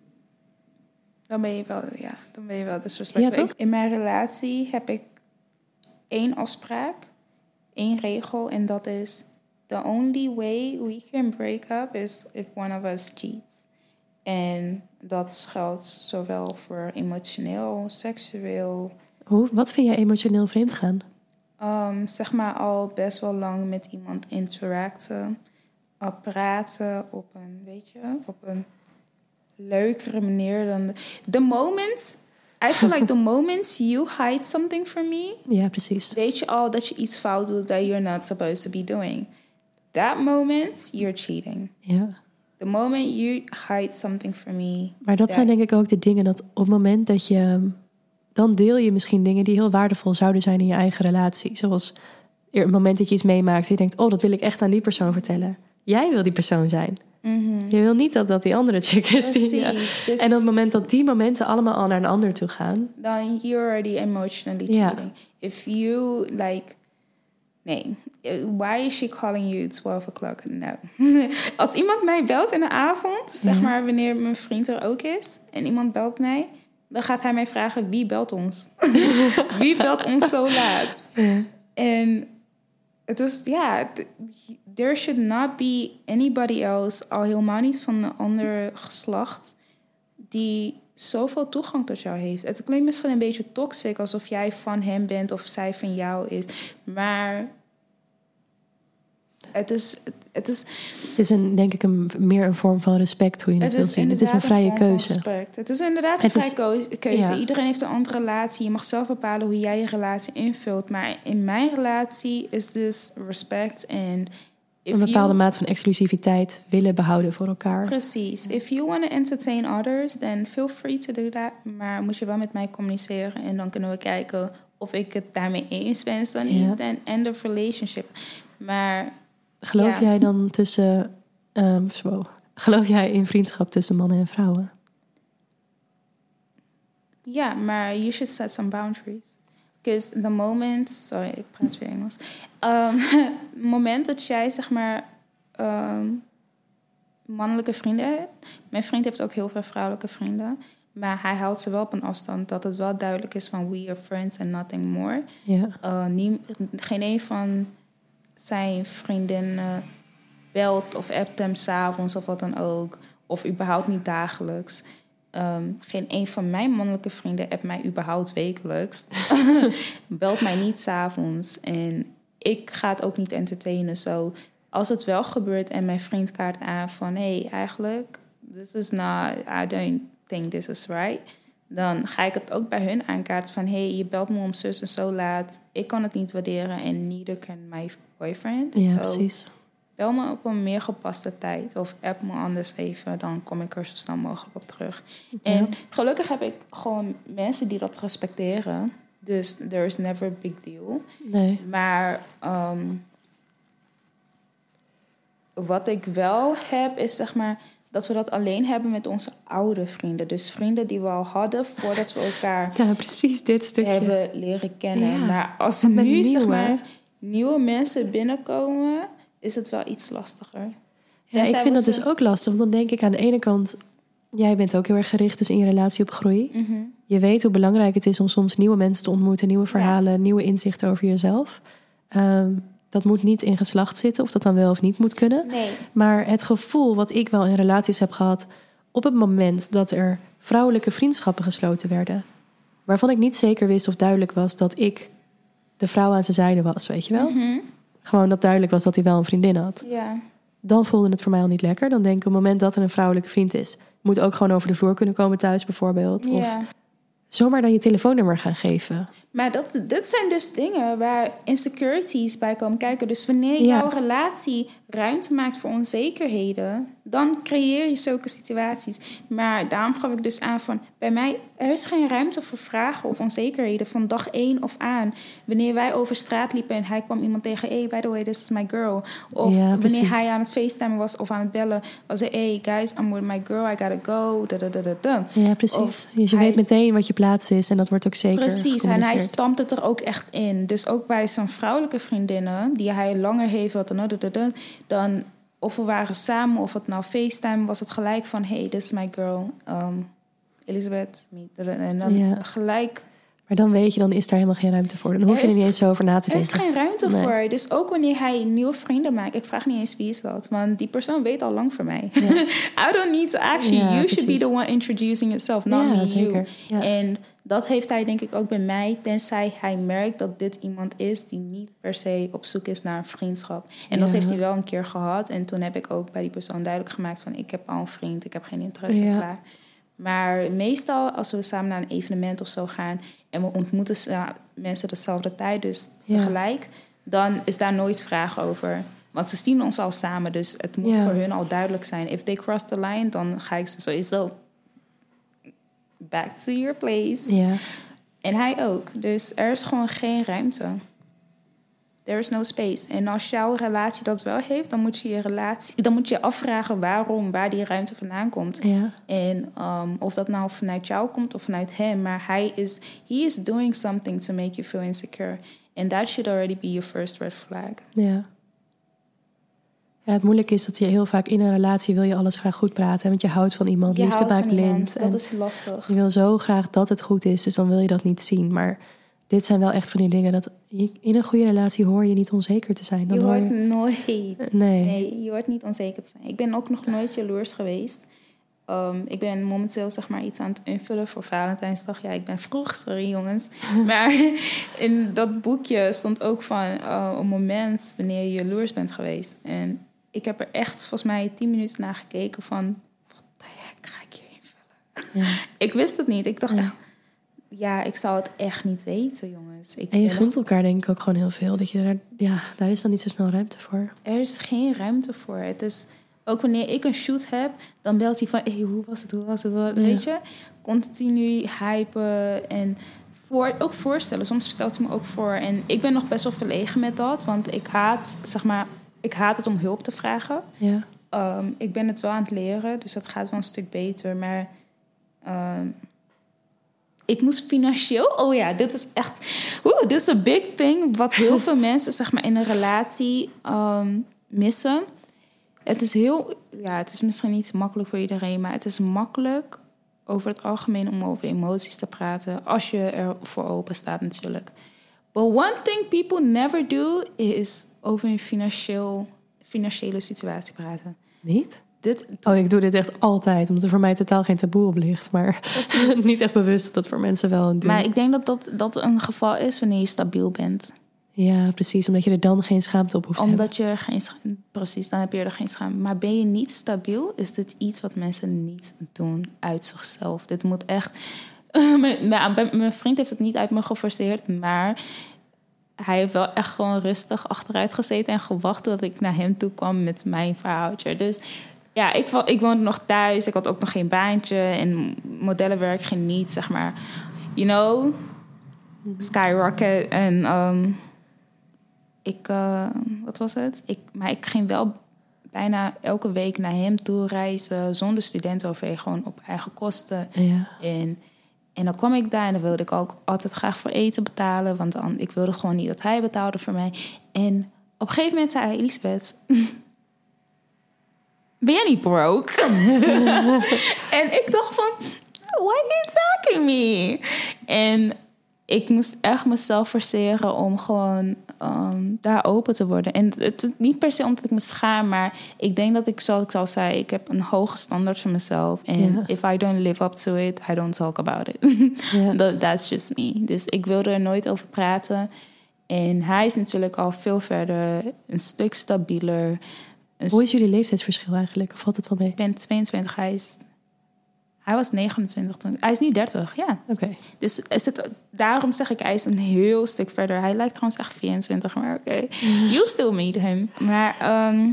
Dan ben je wel, ja, dan ben je wel disrespectvol. Ja, toch? In mijn relatie heb ik één afspraak, één regel. En dat is, the only way we can break up is if one of us cheats. En dat geldt zowel voor emotioneel, seksueel. Hoe, wat vind jij emotioneel vreemdgaan? Um, zeg maar al best wel lang met iemand interacten. Al praten op een, weet je, op een leukere manier dan... De, the moment... I feel like the moment you hide something from me... Ja, precies. Weet je al dat je iets fout doet that you're not supposed to be doing. That moment, you're cheating. Ja. The moment you hide something from me... Maar dat that... zijn denk ik ook de dingen dat op het moment dat je... Dan deel je misschien dingen die heel waardevol zouden zijn in je eigen relatie. Zoals het moment dat je iets meemaakt... en je denkt, oh, dat wil ik echt aan die persoon vertellen. Jij wil die persoon zijn. Mm-hmm. Je wil niet dat dat die andere chick is. Die, ja. Dus en op het moment dat die momenten allemaal al naar een ander toe gaan... Dan you're already emotionally cheating. Yeah. If you, like... Nee. Why is she calling you twelve o'clock? No. Als iemand mij belt in de avond... Zeg yeah. maar wanneer mijn vriend er ook is... en iemand belt mij... dan gaat hij mij vragen, wie belt ons? Wie belt ons zo laat? Yeah. En... Het is, ja, there should not be anybody else, al helemaal niet van een ander geslacht, die zoveel toegang tot jou heeft. Het klinkt misschien een beetje toxic, alsof jij van hem bent of zij van jou is. Maar het is... Het is, het is een, denk ik een, meer een vorm van respect, hoe je het, het wil zien. Het is een vrije een keuze. Het is inderdaad een vrije is, keuze. Ja. Iedereen heeft een andere relatie. Je mag zelf bepalen hoe jij je relatie invult. Maar in mijn relatie is dus respect. En een bepaalde you, mate van exclusiviteit willen behouden voor elkaar. Precies. If you want to entertain others, then feel free to do that. Maar moet je wel met mij communiceren. En dan kunnen we kijken of ik het daarmee eens ben. Dan niet. Then end of relationship. Maar... Geloof ja. jij dan tussen... Um, wow. Geloof jij in vriendschap tussen mannen en vrouwen? Ja, maar you should set some boundaries. Because the moment... Sorry, ik praat weer Engels. Um, het moment dat jij, zeg maar... Um, mannelijke vrienden hebt... Mijn vriend heeft ook heel veel vrouwelijke vrienden... Maar hij houdt ze wel op een afstand... dat het wel duidelijk is van... we are friends and nothing more. Ja. Uh, nie, geen een van... zijn vriendin uh, belt of appt hem 's avonds of wat dan ook. Of überhaupt niet dagelijks. Um, geen een van mijn mannelijke vrienden appt mij überhaupt wekelijks. Belt mij niet 's avonds. En ik ga het ook niet entertainen. So, als het wel gebeurt en mijn vriend kaart aan van... hey, eigenlijk, this is not... I don't think this is right... dan ga ik het ook bij hun aankaarten van... hey, je belt me om zus en zo laat. Ik kan het niet waarderen en neither can my boyfriend. Ja, so, precies. Bel me op een meer gepaste tijd. Of app me anders even. Dan kom ik er zo snel mogelijk op terug. Ja. En gelukkig heb ik gewoon mensen die dat respecteren. Dus there is never a big deal. Nee. Maar um, wat ik wel heb is zeg maar... dat we dat alleen hebben met onze oude vrienden. Dus vrienden die we al hadden voordat we elkaar... Ja, precies dit stukje. ...hebben leren kennen. Ja. Maar als er nu nieuwe, zeg maar, nieuwe mensen binnenkomen... is het wel iets lastiger. Ja, ik vind dat dus ook lastig. Want dan denk ik aan de ene kant... jij bent ook heel erg gericht dus in je relatie op groei. Mm-hmm. Je weet hoe belangrijk het is om soms nieuwe mensen te ontmoeten... nieuwe verhalen, ja. nieuwe inzichten over jezelf. Um, dat moet niet in geslacht zitten, of dat dan wel of niet moet kunnen. Nee. Maar het gevoel wat ik wel in relaties heb gehad, op het moment dat er vrouwelijke vriendschappen gesloten werden, waarvan ik niet zeker wist of duidelijk was dat ik de vrouw aan zijn zijde was, weet je wel? Mm-hmm. Gewoon dat duidelijk was dat hij wel een vriendin had. Ja. Dan voelde het voor mij al niet lekker. Dan denk ik, op het moment dat er een vrouwelijke vriend is, moet ook gewoon over de vloer kunnen komen thuis bijvoorbeeld. Ja. Of zomaar dan je telefoonnummer gaan geven. Maar dat, dit zijn dus dingen waar insecurities bij komen kijken. Dus wanneer Ja. jouw relatie ruimte maakt voor onzekerheden, dan creëer je zulke situaties. Maar daarom gaf ik dus aan van, bij mij, er is geen ruimte voor vragen of onzekerheden van dag één of aan. Wanneer wij over straat liepen en hij kwam iemand tegen, hey, by the way, this is my girl. Of Ja, wanneer precies. hij aan het facetimen was of aan het bellen, was hij, hey guys, I'm with my girl, I gotta go. Da, da, da, da, da. Ja, precies. Of Dus je hij- weet meteen wat je plaats is en dat wordt ook zeker Precies, en hij gecommuniceerd. stampt het er ook echt in. Dus ook bij zijn vrouwelijke vriendinnen, die hij langer heeft, wat dan, dan, dan of we waren samen, of het nou FaceTime, was het gelijk van, hey, this is my girl, um, Elizabeth. En dan Ja. gelijk, Maar dan weet je, dan is daar helemaal geen ruimte voor. Dan hoef Er je er is- niet eens zo over na te er is denken. geen ruimte Nee. voor. Dus ook wanneer hij nieuwe vrienden maakt, ik vraag niet eens wie is dat, want die persoon weet al lang voor mij. Ja. I don't need to actually, Ja, you should be precies. the one introducing yourself, not Ja, me, zeker. you. Ja. En dat heeft hij denk ik ook bij mij, tenzij hij merkt dat dit iemand is die niet per se op zoek is naar een vriendschap. En dat Ja. heeft hij wel een keer gehad. En toen heb ik ook bij die persoon duidelijk gemaakt van, ik heb al een vriend, ik heb geen interesse, Ja. klaar. Maar meestal als we samen naar een evenement of zo gaan en we ontmoeten sa- mensen dezelfde tijd, dus Ja. tegelijk, dan is daar nooit vraag over. Want ze zien ons al samen, dus het moet Ja. voor hun al duidelijk zijn. If they cross the line, dan ga ik ze sowieso back to your place. Ja. En hij ook. Dus er is gewoon geen ruimte. There is no space. En als jouw relatie dat wel heeft, dan moet je je relatie, dan moet je afvragen waarom, waar die ruimte vandaan komt. Ja. En um, of dat nou vanuit jou komt of vanuit hem, maar hij is, he is doing something to make you feel insecure. And that should already be your first red flag. Ja. Ja, het moeilijke is dat je heel vaak in een relatie wil je alles graag goed praten. Want je houdt van iemand, Je liefde houdt bij van blind. iemand, En dat is lastig. je wil zo graag dat het goed is, dus dan wil je dat niet zien. Maar dit zijn wel echt van die dingen dat je, in een goede relatie hoor je niet onzeker te zijn. Dan Je hoor hoort je, nooit. nee. Nee, je hoort niet onzeker te zijn. Ik ben ook nog nooit jaloers geweest. Um, ik ben momenteel zeg maar iets aan het invullen voor Valentijnsdag. Ja, ik ben vroeg, sorry jongens. Maar in dat boekje stond ook van uh, een moment wanneer je jaloers bent geweest. En ik heb er echt volgens mij tien minuten naar gekeken van, wat de heck ga ik hier invullen? Ja. Ik wist het niet. Ik dacht Ja. echt, ja, ik zou het echt niet weten, jongens. Ik En je ben gunt elkaar denk ik ook gewoon heel veel. Dat je daar, ja, daar is dan niet zo snel ruimte voor. Er is geen ruimte voor. Het is ook wanneer ik een shoot heb, dan belt hij van, hey, hoe was het, hoe was het, hoe- weet je? Continu hypen en voor, ook voorstellen. Soms stelt hij me ook voor. En ik ben nog best wel verlegen met dat, want ik haat, zeg maar, ik haat het om hulp te vragen. Ja. Um, ik ben het wel aan het leren, dus dat gaat wel een stuk beter. Maar um, ik moest financieel... Oh ja, dit is echt... Oeh, dit is een big thing. Wat heel veel mensen zeg maar, in een relatie um, missen. Het is heel... Ja, het is misschien niet makkelijk voor iedereen... maar het is makkelijk over het algemeen om over emoties te praten... als je er voor open staat natuurlijk. But one thing people never do... is over een financieel, financiële situatie praten. Niet? Dit, Oh, ik doe dit echt altijd, omdat er voor mij totaal geen taboe op ligt. Maar Precies. niet echt bewust dat dat voor mensen wel een ding maar is. ik denk dat, dat dat een geval is wanneer je stabiel bent. Ja, precies. Omdat je er dan geen schaamte op hoeft te Omdat je er geen schaamte... Precies, dan heb je er geen schaamte. Maar ben je niet stabiel, is dit iets wat mensen niet doen uit zichzelf. Dit moet echt... mijn, nou, mijn vriend heeft het niet uit me geforceerd, maar... Hij heeft wel echt gewoon rustig achteruit gezeten en gewacht tot ik naar hem toe kwam met mijn verhaaltje. Dus ja, ik, ik woonde nog thuis. Ik had ook nog geen baantje en modellenwerk ging niet, zeg maar. You know, skyrocket. En um, ik, uh, wat was het? Ik, maar ik ging wel bijna elke week naar hem toe reizen zonder studenten-O V, gewoon op eigen kosten. Ja. En... En dan kwam ik daar en dan wilde ik ook altijd graag voor eten betalen. Want dan, ik wilde gewoon niet dat hij betaalde voor mij. En op een gegeven moment zei hij, Elisabeth... ben jij niet broke? En ik dacht van, why are you talking me? En ik moest echt mezelf forceren om gewoon um, daar open te worden. En het is niet per se omdat ik me schaam, maar ik denk dat ik, zoals ik al zei, ik heb een hoge standaard voor mezelf. En yeah. if I don't live up to it, I don't talk about it. Yeah. that, that's just me. Dus ik wilde er nooit over praten. En hij is natuurlijk al veel verder, een stuk stabieler. Een Hoe is jullie leeftijdsverschil eigenlijk? Of valt het wel mee? Ik ben tweeëntwintig, hij is... Hij was negenentwintig toen. Hij is nu dertig, ja. Oké. Okay. Dus is het, daarom zeg ik, hij is een heel stuk verder. Hij lijkt trouwens echt vierentwintig, maar oké. Okay. You still meet him. Maar um,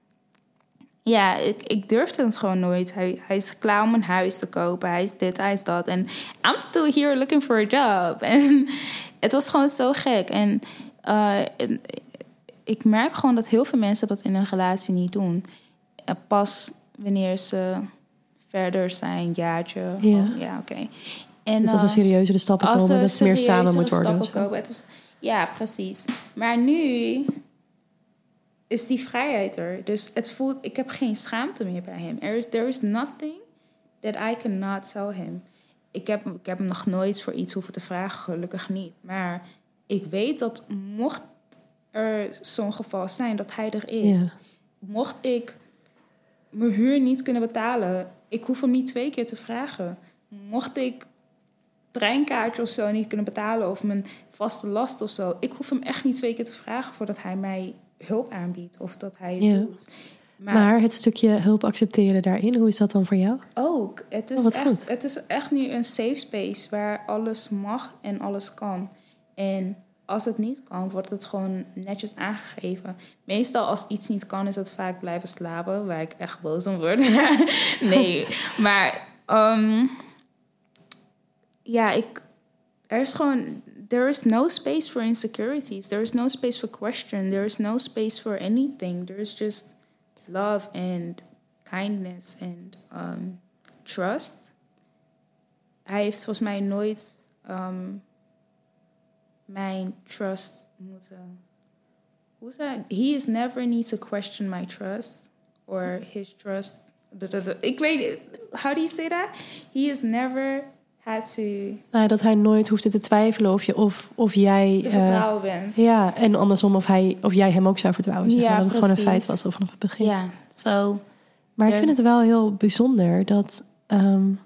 ja, ik, ik durfde het gewoon nooit. Hij, hij is klaar om een huis te kopen. Hij is dit, hij is dat. En I'm still here looking for a job. En het was gewoon zo gek. En uh, ik merk gewoon dat heel veel mensen dat in een relatie niet doen. Pas wanneer ze... verder zijn, jaartje. Ja, oh, ja oké. Okay. Dus als er serieuzere stappen als komen, dat het meer samen moet worden. Komen, het is, ja, precies. Maar nu is die vrijheid er. Dus het voelt, ik heb geen schaamte meer bij hem. Er is, there is nothing that I cannot tell him. Ik heb, ik heb hem nog nooit voor iets hoeven te vragen, gelukkig niet. Maar ik weet dat mocht er zo'n geval zijn dat hij er is, ja. mocht ik mijn huur niet kunnen betalen, ik hoef hem niet twee keer te vragen. Mocht ik treinkaartje of zo niet kunnen betalen of mijn vaste last of zo, ik hoef hem echt niet twee keer te vragen voordat hij mij hulp aanbiedt of dat hij het ja. doet. Maar, maar het stukje hulp accepteren daarin, hoe is dat dan voor jou? Ook. Het is, oh, echt, het is echt nu een safe space waar alles mag en alles kan. En als het niet kan, wordt het gewoon netjes aangegeven. Meestal als iets niet kan, is het vaak blijven slapen, waar ik echt boos om word. nee, maar um, ja, ik, er is gewoon, there is no space for insecurities. There is no space for question. There is no space for anything. There is just love and kindness and um, trust. Hij heeft volgens mij nooit Um, mijn trust moeten... Hoe is dat? He is never need to question my trust. Or his trust. Ik weet niet. How do you say that? He has never had to... Nou, dat hij nooit hoefde te twijfelen of, je, of, of jij... Te vertrouwen uh, bent. Ja, en andersom of, hij, of jij hem ook zou vertrouwen. Zeg maar, ja, dat het precies. gewoon een feit was vanaf het begin. Ja, so... Maar yeah. ik vind het wel heel bijzonder dat... Um,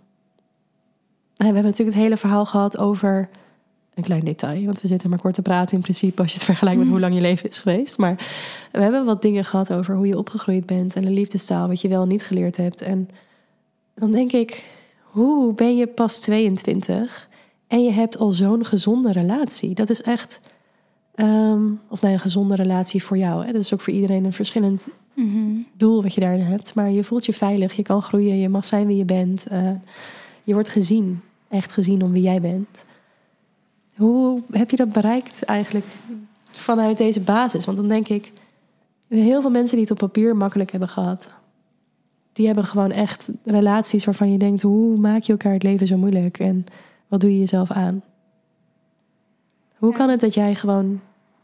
we hebben natuurlijk het hele verhaal gehad over... Een klein detail, want we zitten maar kort te praten in principe als je het vergelijkt met hoe lang je leven is geweest. Maar we hebben wat dingen gehad over hoe je opgegroeid bent en de liefdestaal, wat je wel niet geleerd hebt. En dan denk ik, hoe ben je pas tweeëntwintig en je hebt al zo'n gezonde relatie? Dat is echt, um, of nou een gezonde relatie voor jou. Hè? Dat is ook voor iedereen een verschillend mm-hmm. doel wat je daarin hebt. Maar je voelt je veilig, je kan groeien, je mag zijn wie je bent. Uh, je wordt gezien, echt gezien om wie jij bent. Hoe heb je dat bereikt eigenlijk vanuit deze basis? Want dan denk ik, heel veel mensen die het op papier makkelijk hebben gehad, die hebben gewoon echt relaties waarvan je denkt, hoe maak je elkaar het leven zo moeilijk? En wat doe je jezelf aan? Hoe ja. kan het dat jij gewoon...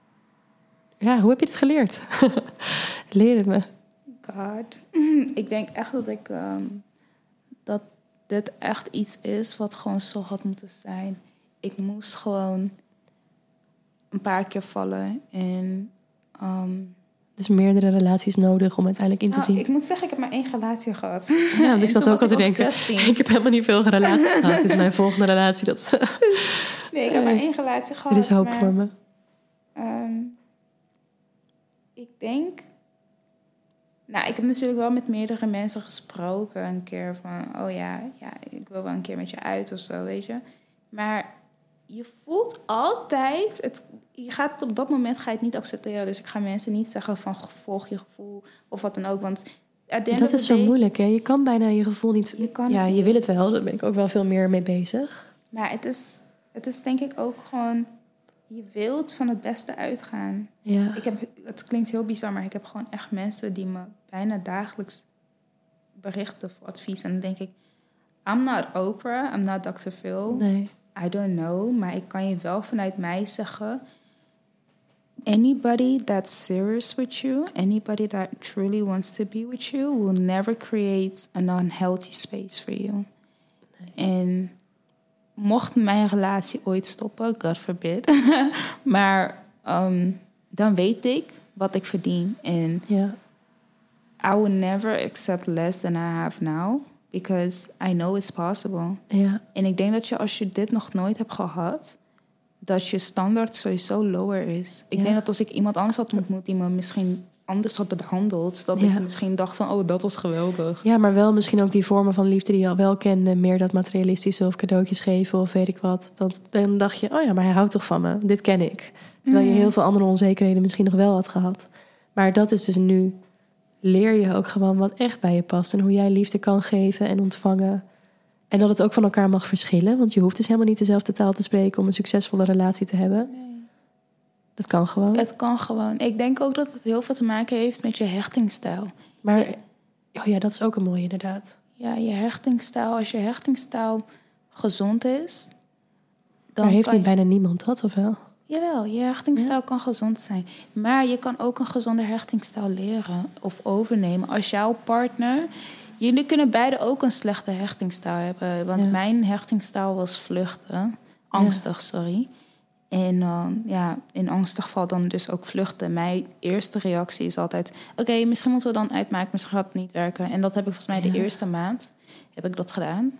Ja, hoe heb je het geleerd? Leer het me. God. Ik denk echt dat ik... Um, dat dit echt iets is wat gewoon zo had moeten zijn. Ik moest gewoon een paar keer vallen. En, um, dus meerdere relaties nodig om uiteindelijk in te nou, zien. Ik moet zeggen, ik heb maar één relatie gehad. Ja, want ik zat ook al te denken, ik heb helemaal niet veel relaties gehad. Dus mijn volgende relatie, dat... nee, ik heb maar één relatie gehad. Er is hoop maar, voor me. Um, ik denk... Nou, ik heb natuurlijk wel met meerdere mensen gesproken. Een keer van, oh ja, ja, ik wil wel een keer met je uit of zo, weet je. Maar je voelt altijd... Het, je gaat het op dat moment ga je het niet accepteren. Dus ik ga mensen niet zeggen van volg je gevoel of wat dan ook. Want dat is zo day, moeilijk, hè? Je kan bijna je gevoel niet... Je kan ja, niet. Je wil het wel. Daar ben ik ook wel veel meer mee bezig. Maar het is, het is denk ik ook gewoon... Je wilt van het beste uitgaan. Ja. Ik heb, het klinkt heel bizar, maar ik heb gewoon echt mensen die me bijna dagelijks berichten voor advies. En dan denk ik, I'm not Oprah, I'm not doctor Phil. Nee. I don't know, maar ik kan je wel vanuit mij zeggen... Anybody that's serious with you, anybody that truly wants to be with you... will never create an unhealthy space for you. Nee. En mocht mijn relatie ooit stoppen, God forbid. maar um, dan weet ik wat ik verdien. En ja. I would never accept less than I have now. Because I know it's possible. Ja. En ik denk dat je als je dit nog nooit hebt gehad, dat je standaard sowieso lower is. Ik ja. denk dat als ik iemand anders had ontmoet die me misschien anders had behandeld, dat ja. ik misschien dacht van, oh, dat was geweldig. Ja, maar wel misschien ook die vormen van liefde die je al wel kende. Meer dat materialistische of cadeautjes geven of weet ik wat. Dat, dan dacht je, oh ja, maar hij houdt toch van me. Dit ken ik. Terwijl je heel veel andere onzekerheden misschien nog wel had gehad. Maar dat is dus nu, leer je ook gewoon wat echt bij je past. En hoe jij liefde kan geven en ontvangen. En dat het ook van elkaar mag verschillen. Want je hoeft dus helemaal niet dezelfde taal te spreken om een succesvolle relatie te hebben. Nee. Dat kan gewoon. Het kan gewoon. Ik denk ook dat het heel veel te maken heeft met je hechtingsstijl. Maar oh ja, dat is ook een mooie inderdaad. Ja, je hechtingsstijl. Als je hechtingsstijl gezond is, dan maar heeft kan niet je... bijna niemand dat, of wel? Jawel, je hechtingsstijl ja. kan gezond zijn. Maar je kan ook een gezonde hechtingsstijl leren of overnemen. Als jouw partner... Jullie kunnen beide ook een slechte hechtingsstijl hebben. Want ja. mijn hechtingsstijl was vluchten. Angstig, ja. sorry. En uh, ja, in angstig valt dan dus ook vluchten. Mijn eerste reactie is altijd... Oké, okay, misschien moeten we dan uitmaken, misschien gaat het niet werken. En dat heb ik volgens mij ja. de eerste maand heb ik dat gedaan.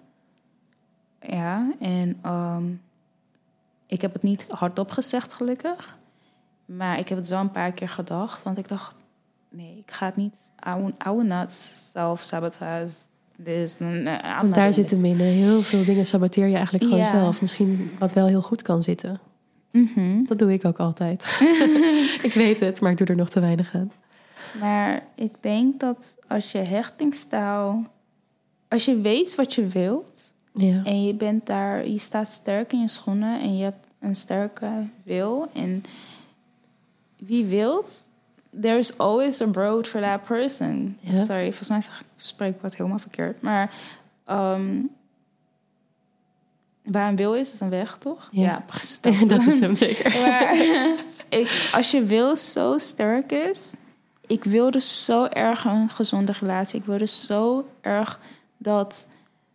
Ja, en um, ik heb het niet hardop gezegd, gelukkig. Maar ik heb het wel een paar keer gedacht. Want ik dacht, nee, ik ga het niet... I will, I will not self-sabotage this. Want daar zitten binnen heel veel dingen saboteer je eigenlijk gewoon ja. zelf. Misschien wat wel heel goed kan zitten. Mm-hmm. Dat doe ik ook altijd. Ik weet het, maar ik doe er nog te weinig aan. Maar ik denk dat als je hechtingsstijl... Als je weet wat je wilt... Ja. En je bent daar... Je staat sterk in je schoenen... En je hebt een sterke wil... En wie wilt... There's always a road for that person. Ja. Sorry, volgens mij spreek ik wat helemaal verkeerd. Maar... Um, waar een wil is, is een weg, toch? Ja, ja precies. Dat. dat is hem zeker. Maar ik, als je wil zo sterk is... Ik wilde zo erg een gezonde relatie. Ik wilde zo erg dat...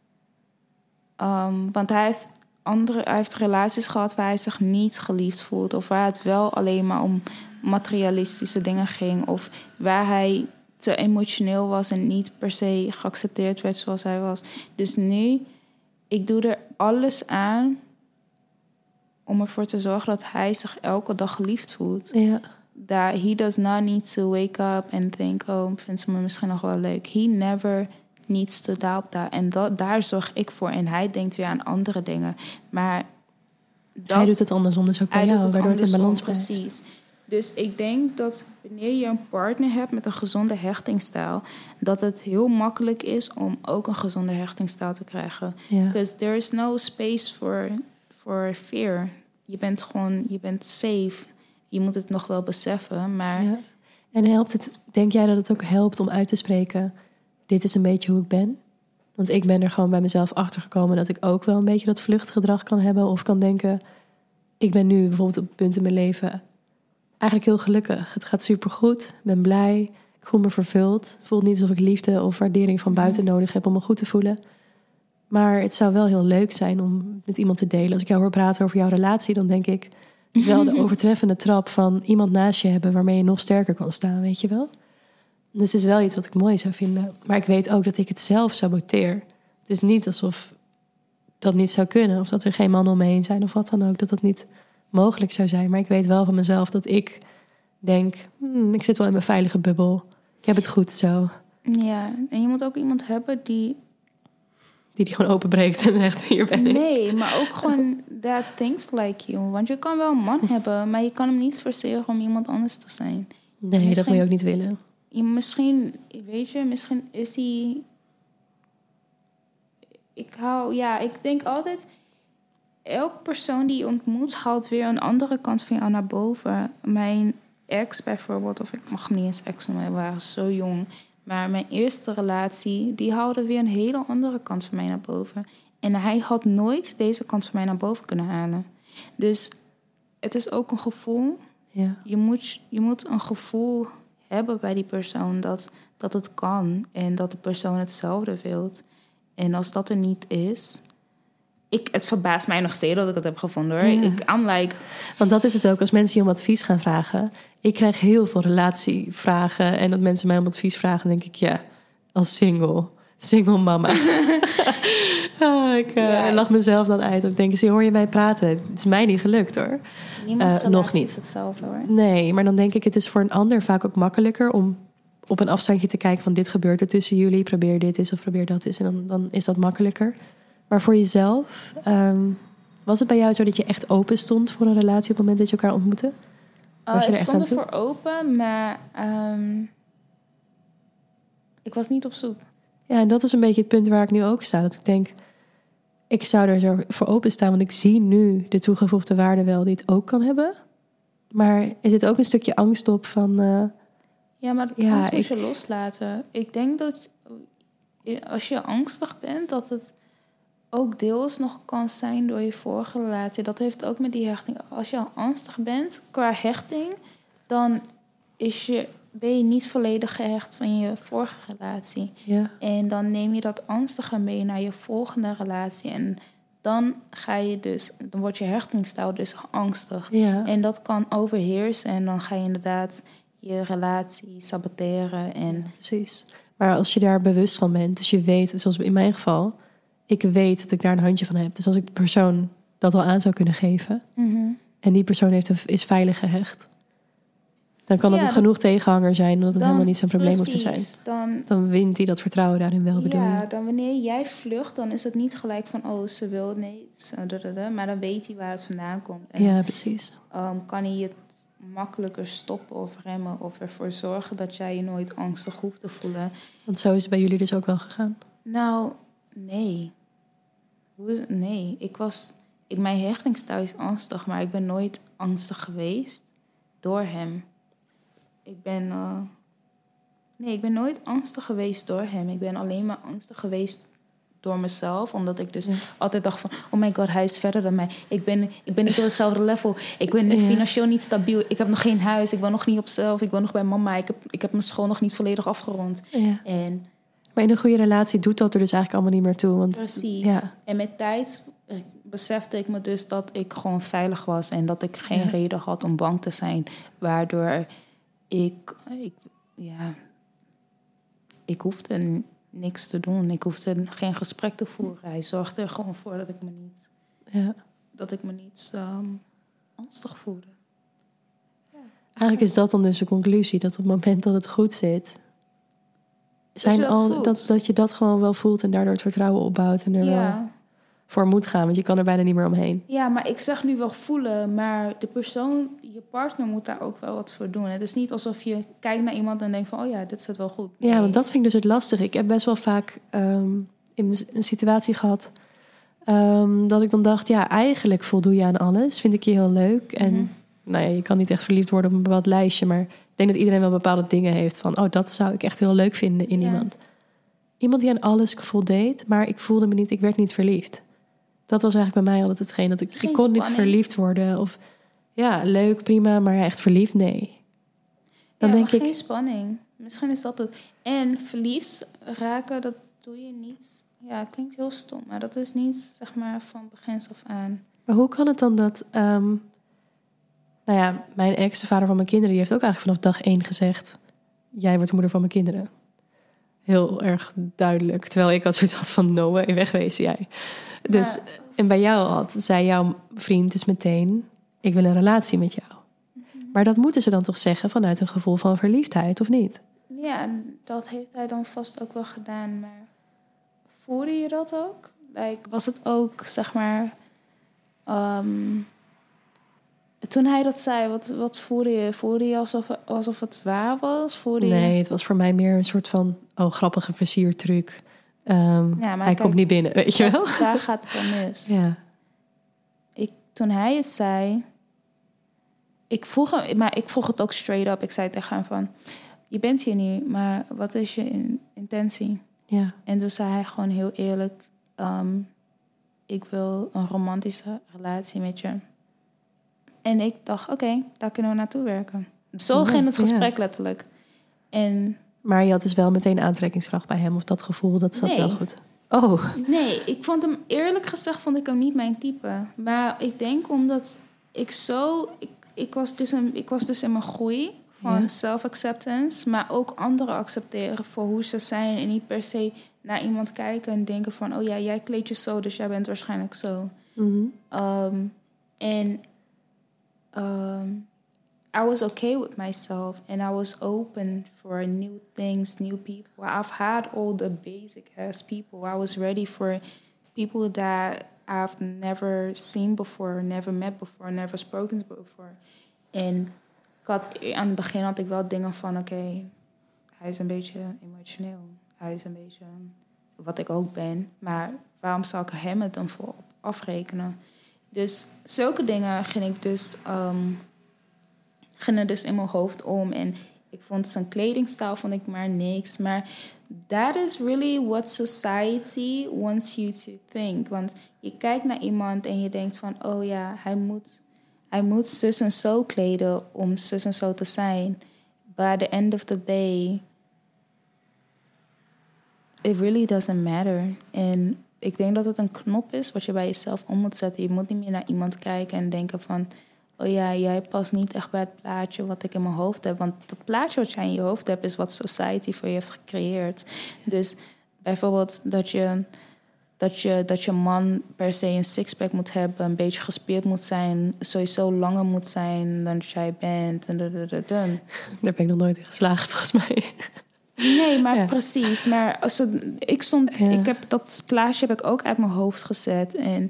Um, want hij heeft, andere, hij heeft relaties gehad waar hij zich niet geliefd voelt. Of waar het wel alleen maar om materialistische dingen ging. Of waar hij te emotioneel was en niet per se geaccepteerd werd zoals hij was. Dus nu... Ik doe er alles aan om ervoor te zorgen dat hij zich elke dag geliefd voelt. Ja. That he does not need to wake up and think, oh, vindt ze me misschien nog wel leuk. He never needs to doubt that. En dat, daar zorg ik voor. En hij denkt weer aan andere dingen. Maar dat, hij doet het andersom, dus ook bij jou, waardoor het in balans blijft. Precies. Dus ik denk dat wanneer je een partner hebt met een gezonde hechtingsstijl... dat het heel makkelijk is om ook een gezonde hechtingsstijl te krijgen. Because yeah. there is no space for, for fear. Je bent gewoon, je bent safe. Je moet het nog wel beseffen, maar... Ja. En helpt het, denk jij dat het ook helpt om uit te spreken... dit is een beetje hoe ik ben? Want ik ben er gewoon bij mezelf achter gekomen... dat ik ook wel een beetje dat vluchtgedrag kan hebben... of kan denken, ik ben nu bijvoorbeeld op een punt in mijn leven... eigenlijk heel gelukkig. Het gaat supergoed. Ik ben blij. Ik voel me vervuld. Het voelt niet alsof ik liefde of waardering van buiten nodig heb om me goed te voelen. Maar het zou wel heel leuk zijn om met iemand te delen. Als ik jou hoor praten over jouw relatie, dan denk ik... het is wel de overtreffende trap van iemand naast je hebben... waarmee je nog sterker kan staan, weet je wel? Dus het is wel iets wat ik mooi zou vinden. Maar ik weet ook dat ik het zelf saboteer. Het is niet alsof dat niet zou kunnen... of dat er geen mannen om me heen zijn of wat dan ook. Dat dat niet... mogelijk zou zijn. Maar ik weet wel van mezelf dat ik denk... Hmm, ik zit wel in mijn veilige bubbel. Ik heb het goed zo. Ja, en je moet ook iemand hebben die... Die die gewoon openbreekt en zegt, hier ben ik. Nee, maar ook gewoon that thinks like you. Want je kan wel een man hebben... maar je kan hem niet forceren om iemand anders te zijn. Nee, misschien, dat moet je ook niet willen. Je, misschien, weet je, misschien is hij... Ik hou... Ja, ik denk altijd... Elke persoon die je ontmoet haalt weer een andere kant van jou naar boven. Mijn ex bijvoorbeeld, of ik mag hem niet eens ex noemen, we waren zo jong. Maar mijn eerste relatie, die haalde weer een hele andere kant van mij naar boven. En hij had nooit deze kant van mij naar boven kunnen halen. Dus het is ook een gevoel. Ja. Je moet, je moet een gevoel hebben bij die persoon dat, dat het kan. En dat de persoon hetzelfde wilt. En als dat er niet is... ik, het verbaast mij nog steeds dat ik het heb gevonden, hoor. Ja. Ik, I'm like... Want dat is het ook, als mensen je om advies gaan vragen. Ik krijg heel veel relatievragen. En dat mensen mij om advies vragen, denk ik, ja, als single. Single mama. ah, ik uh, ja. lach mezelf dan uit. Dan denken ze, hoor je mij praten? Het is mij niet gelukt, hoor. Niemand uh, nog niet. is hetzelfde, hoor. Nee, maar dan denk ik, het is voor een ander vaak ook makkelijker om op een afstandje te kijken van dit gebeurt er tussen jullie. Probeer dit eens of probeer dat eens. En dan, dan is dat makkelijker. Maar voor jezelf, um, was het bij jou zo dat je echt open stond voor een relatie op het moment dat je elkaar ontmoette? Was uh, je er ik stond ervoor open, maar um, ik was niet op zoek. Ja, en dat is een beetje het punt waar ik nu ook sta. Dat ik denk, ik zou er zo voor openstaan, want ik zie nu de toegevoegde waarde wel die het ook kan hebben. Maar er zit ook een stukje angst op van... Uh, ja, maar dat ja, moet je loslaten. Ik denk dat als je angstig bent, dat het ook deels nog kan zijn door je vorige relatie. Dat heeft ook met die hechting. Als je al angstig bent qua hechting, dan is je, ben je niet volledig gehecht van je vorige relatie. Ja. En dan neem je dat angstige mee naar je volgende relatie. En dan ga je dus, dan wordt je hechtingsstijl dus angstig. Ja. En dat kan overheersen. En dan ga je inderdaad je relatie saboteren. En... Ja, precies. Maar als je daar bewust van bent, dus je weet, zoals in mijn geval, ik weet dat ik daar een handje van heb. Dus als ik de persoon dat al aan zou kunnen geven, mm-hmm. en die persoon heeft een, is veilig gehecht, dan kan het ja, genoeg dat, tegenhanger zijn, omdat het dan, helemaal niet zo'n probleem hoeft te zijn. Dan, dan wint hij dat vertrouwen daarin wel, bedoel ja, je? dan wanneer jij vlucht, dan is het niet gelijk van, oh, ze wil, nee, maar dan weet hij waar het vandaan komt. En, ja, precies. Um, kan hij het makkelijker stoppen of remmen of ervoor zorgen dat jij je nooit angstig hoeft te voelen. Want zo is het bij jullie dus ook wel gegaan? Nou, nee. Hoe is het? Nee, ik was... Ik, mijn hechtingstijl is angstig, maar ik ben nooit angstig geweest door hem. Ik ben... Uh, nee, ik ben nooit angstig geweest door hem. Ik ben alleen maar angstig geweest door mezelf. Omdat ik dus ja. altijd dacht van... Oh my god, hij is verder dan mij. Ik ben, ik ben niet op hetzelfde level. Ik ben ja. financieel niet stabiel. Ik heb nog geen huis. Ik woon nog niet op zelf. Ik woon nog bij mama. Ik heb, ik heb mijn school nog niet volledig afgerond. Ja. En, maar in een goede relatie doet dat er dus eigenlijk allemaal niet meer toe. Want, precies. Ja. En met tijd besefte ik me dus dat ik gewoon veilig was. En dat ik geen ja. reden had om bang te zijn. Waardoor ik... ik ja, ik hoefde niks te doen. Ik hoefde geen gesprek te voeren. Hij zorgde er gewoon voor dat ik me niet... Ja. Dat ik me niet um, angstig voelde. Ja. Eigenlijk is dat dan dus de conclusie. Dat op het moment dat het goed zit... Zijn dat, al, dat, dat je dat gewoon wel voelt en daardoor het vertrouwen opbouwt. En er ja. wel voor moet gaan. Want je kan er bijna niet meer omheen. Ja, maar ik zeg nu wel voelen. Maar de persoon, je partner moet daar ook wel wat voor doen. Het is niet alsof je kijkt naar iemand en denkt van... Oh ja, dit zit wel goed. Nee. Ja, want dat vind ik dus het lastige. Ik heb best wel vaak um, in een situatie gehad... Um, dat ik dan dacht, ja, eigenlijk voldoe je aan alles. Vind ik je heel leuk. En mm-hmm. nou ja, je kan niet echt verliefd worden op een bepaald lijstje. Maar ik denk dat iedereen wel bepaalde dingen heeft van... Oh, dat zou ik echt heel leuk vinden in ja. iemand. Iemand die aan alles voldeed, maar ik voelde me niet... Ik werd niet verliefd. Dat was eigenlijk bij mij altijd hetgeen. Dat ik, ik kon niet verliefd worden. Of ja, leuk, prima, maar echt verliefd, nee. Dan ja, denk maar ik, geen spanning. Misschien is dat het. En verliefd raken, dat doe je niet. Ja, het klinkt heel stom, maar dat is niet, zeg maar, van begins af aan. Maar hoe kan het dan dat... Um, nou ja, mijn ex, de vader van mijn kinderen... die heeft ook eigenlijk vanaf dag één gezegd... jij wordt de moeder van mijn kinderen. Heel erg duidelijk. Terwijl ik had zoiets had van... no way, wegwezen jij. Dus, maar, en bij jou had, zei jouw vriend dus meteen... ik wil een relatie met jou. Mm-hmm. Maar dat moeten ze dan toch zeggen... vanuit een gevoel van verliefdheid, of niet? Ja, dat heeft hij dan vast ook wel gedaan. Maar voelde je dat ook? Like, was het ook, zeg maar... Um, toen hij dat zei, wat, wat voelde je? Voelde je alsof, alsof het waar was? Voelde nee, je... het was voor mij meer een soort van... oh, grappige versiertruc. Um, ja, hij kijk, komt niet binnen, weet je wel? Daar gaat het dan mis. Ja. Ik, toen hij het zei... Ik vroeg hem, maar ik vroeg het ook straight up. Ik zei tegen hem van... je bent hier niet, maar wat is je in, intentie? Ja. En toen zei hij gewoon heel eerlijk... Um, ik wil een romantische relatie met je. En ik dacht, oké, okay, daar kunnen we naartoe werken. Zo ja, ging het gesprek ja. letterlijk. En, maar je had dus wel meteen aantrekkingskracht bij hem... of dat gevoel, dat zat nee, wel goed? Oh. Nee, ik vond hem, eerlijk gezegd, vond ik hem niet mijn type. Maar ik denk omdat ik zo... Ik, ik, was, dus een, ik was dus in mijn groei van ja. self-acceptance. Maar ook anderen accepteren voor hoe ze zijn. En niet per se naar iemand kijken en denken van... oh ja, jij kleed je zo, dus jij bent waarschijnlijk zo. Mm-hmm. Um, en... Um, I was okay with myself and I was open for new things, new people. I've had all the basic ass people. I was ready for people that I've never seen before, never met before, never spoken to before. En ik had, aan het begin had ik wel dingen van, oké, okay, hij is een beetje emotioneel. Hij is een beetje wat ik ook ben. Maar waarom zou ik hem het dan voor afrekenen? Dus zulke dingen ging ik dus... Um, gingen dus in mijn hoofd om. En ik vond zijn kledingstijl vond ik maar niks. Maar that is really what society wants you to think. Want je kijkt naar iemand en je denkt van... oh ja, hij moet, hij moet zus en zo kleden om zus en zo te zijn. But at the end of the day... it really doesn't matter. En ik denk dat het een knop is wat je bij jezelf om moet zetten. Je moet niet meer naar iemand kijken en denken van... oh ja, jij past niet echt bij het plaatje wat ik in mijn hoofd heb. Want dat plaatje wat jij in je hoofd hebt... is wat society voor je heeft gecreëerd. Dus bijvoorbeeld dat je, dat je, dat je man per se een sixpack moet hebben... een beetje gespierd moet zijn... sowieso langer moet zijn dan jij bent. En daar ben ik nog nooit in geslaagd, volgens mij. Nee, maar ja. precies. Maar als het, ik, stond, ja. ik heb dat plaatje heb ik ook uit mijn hoofd gezet. En,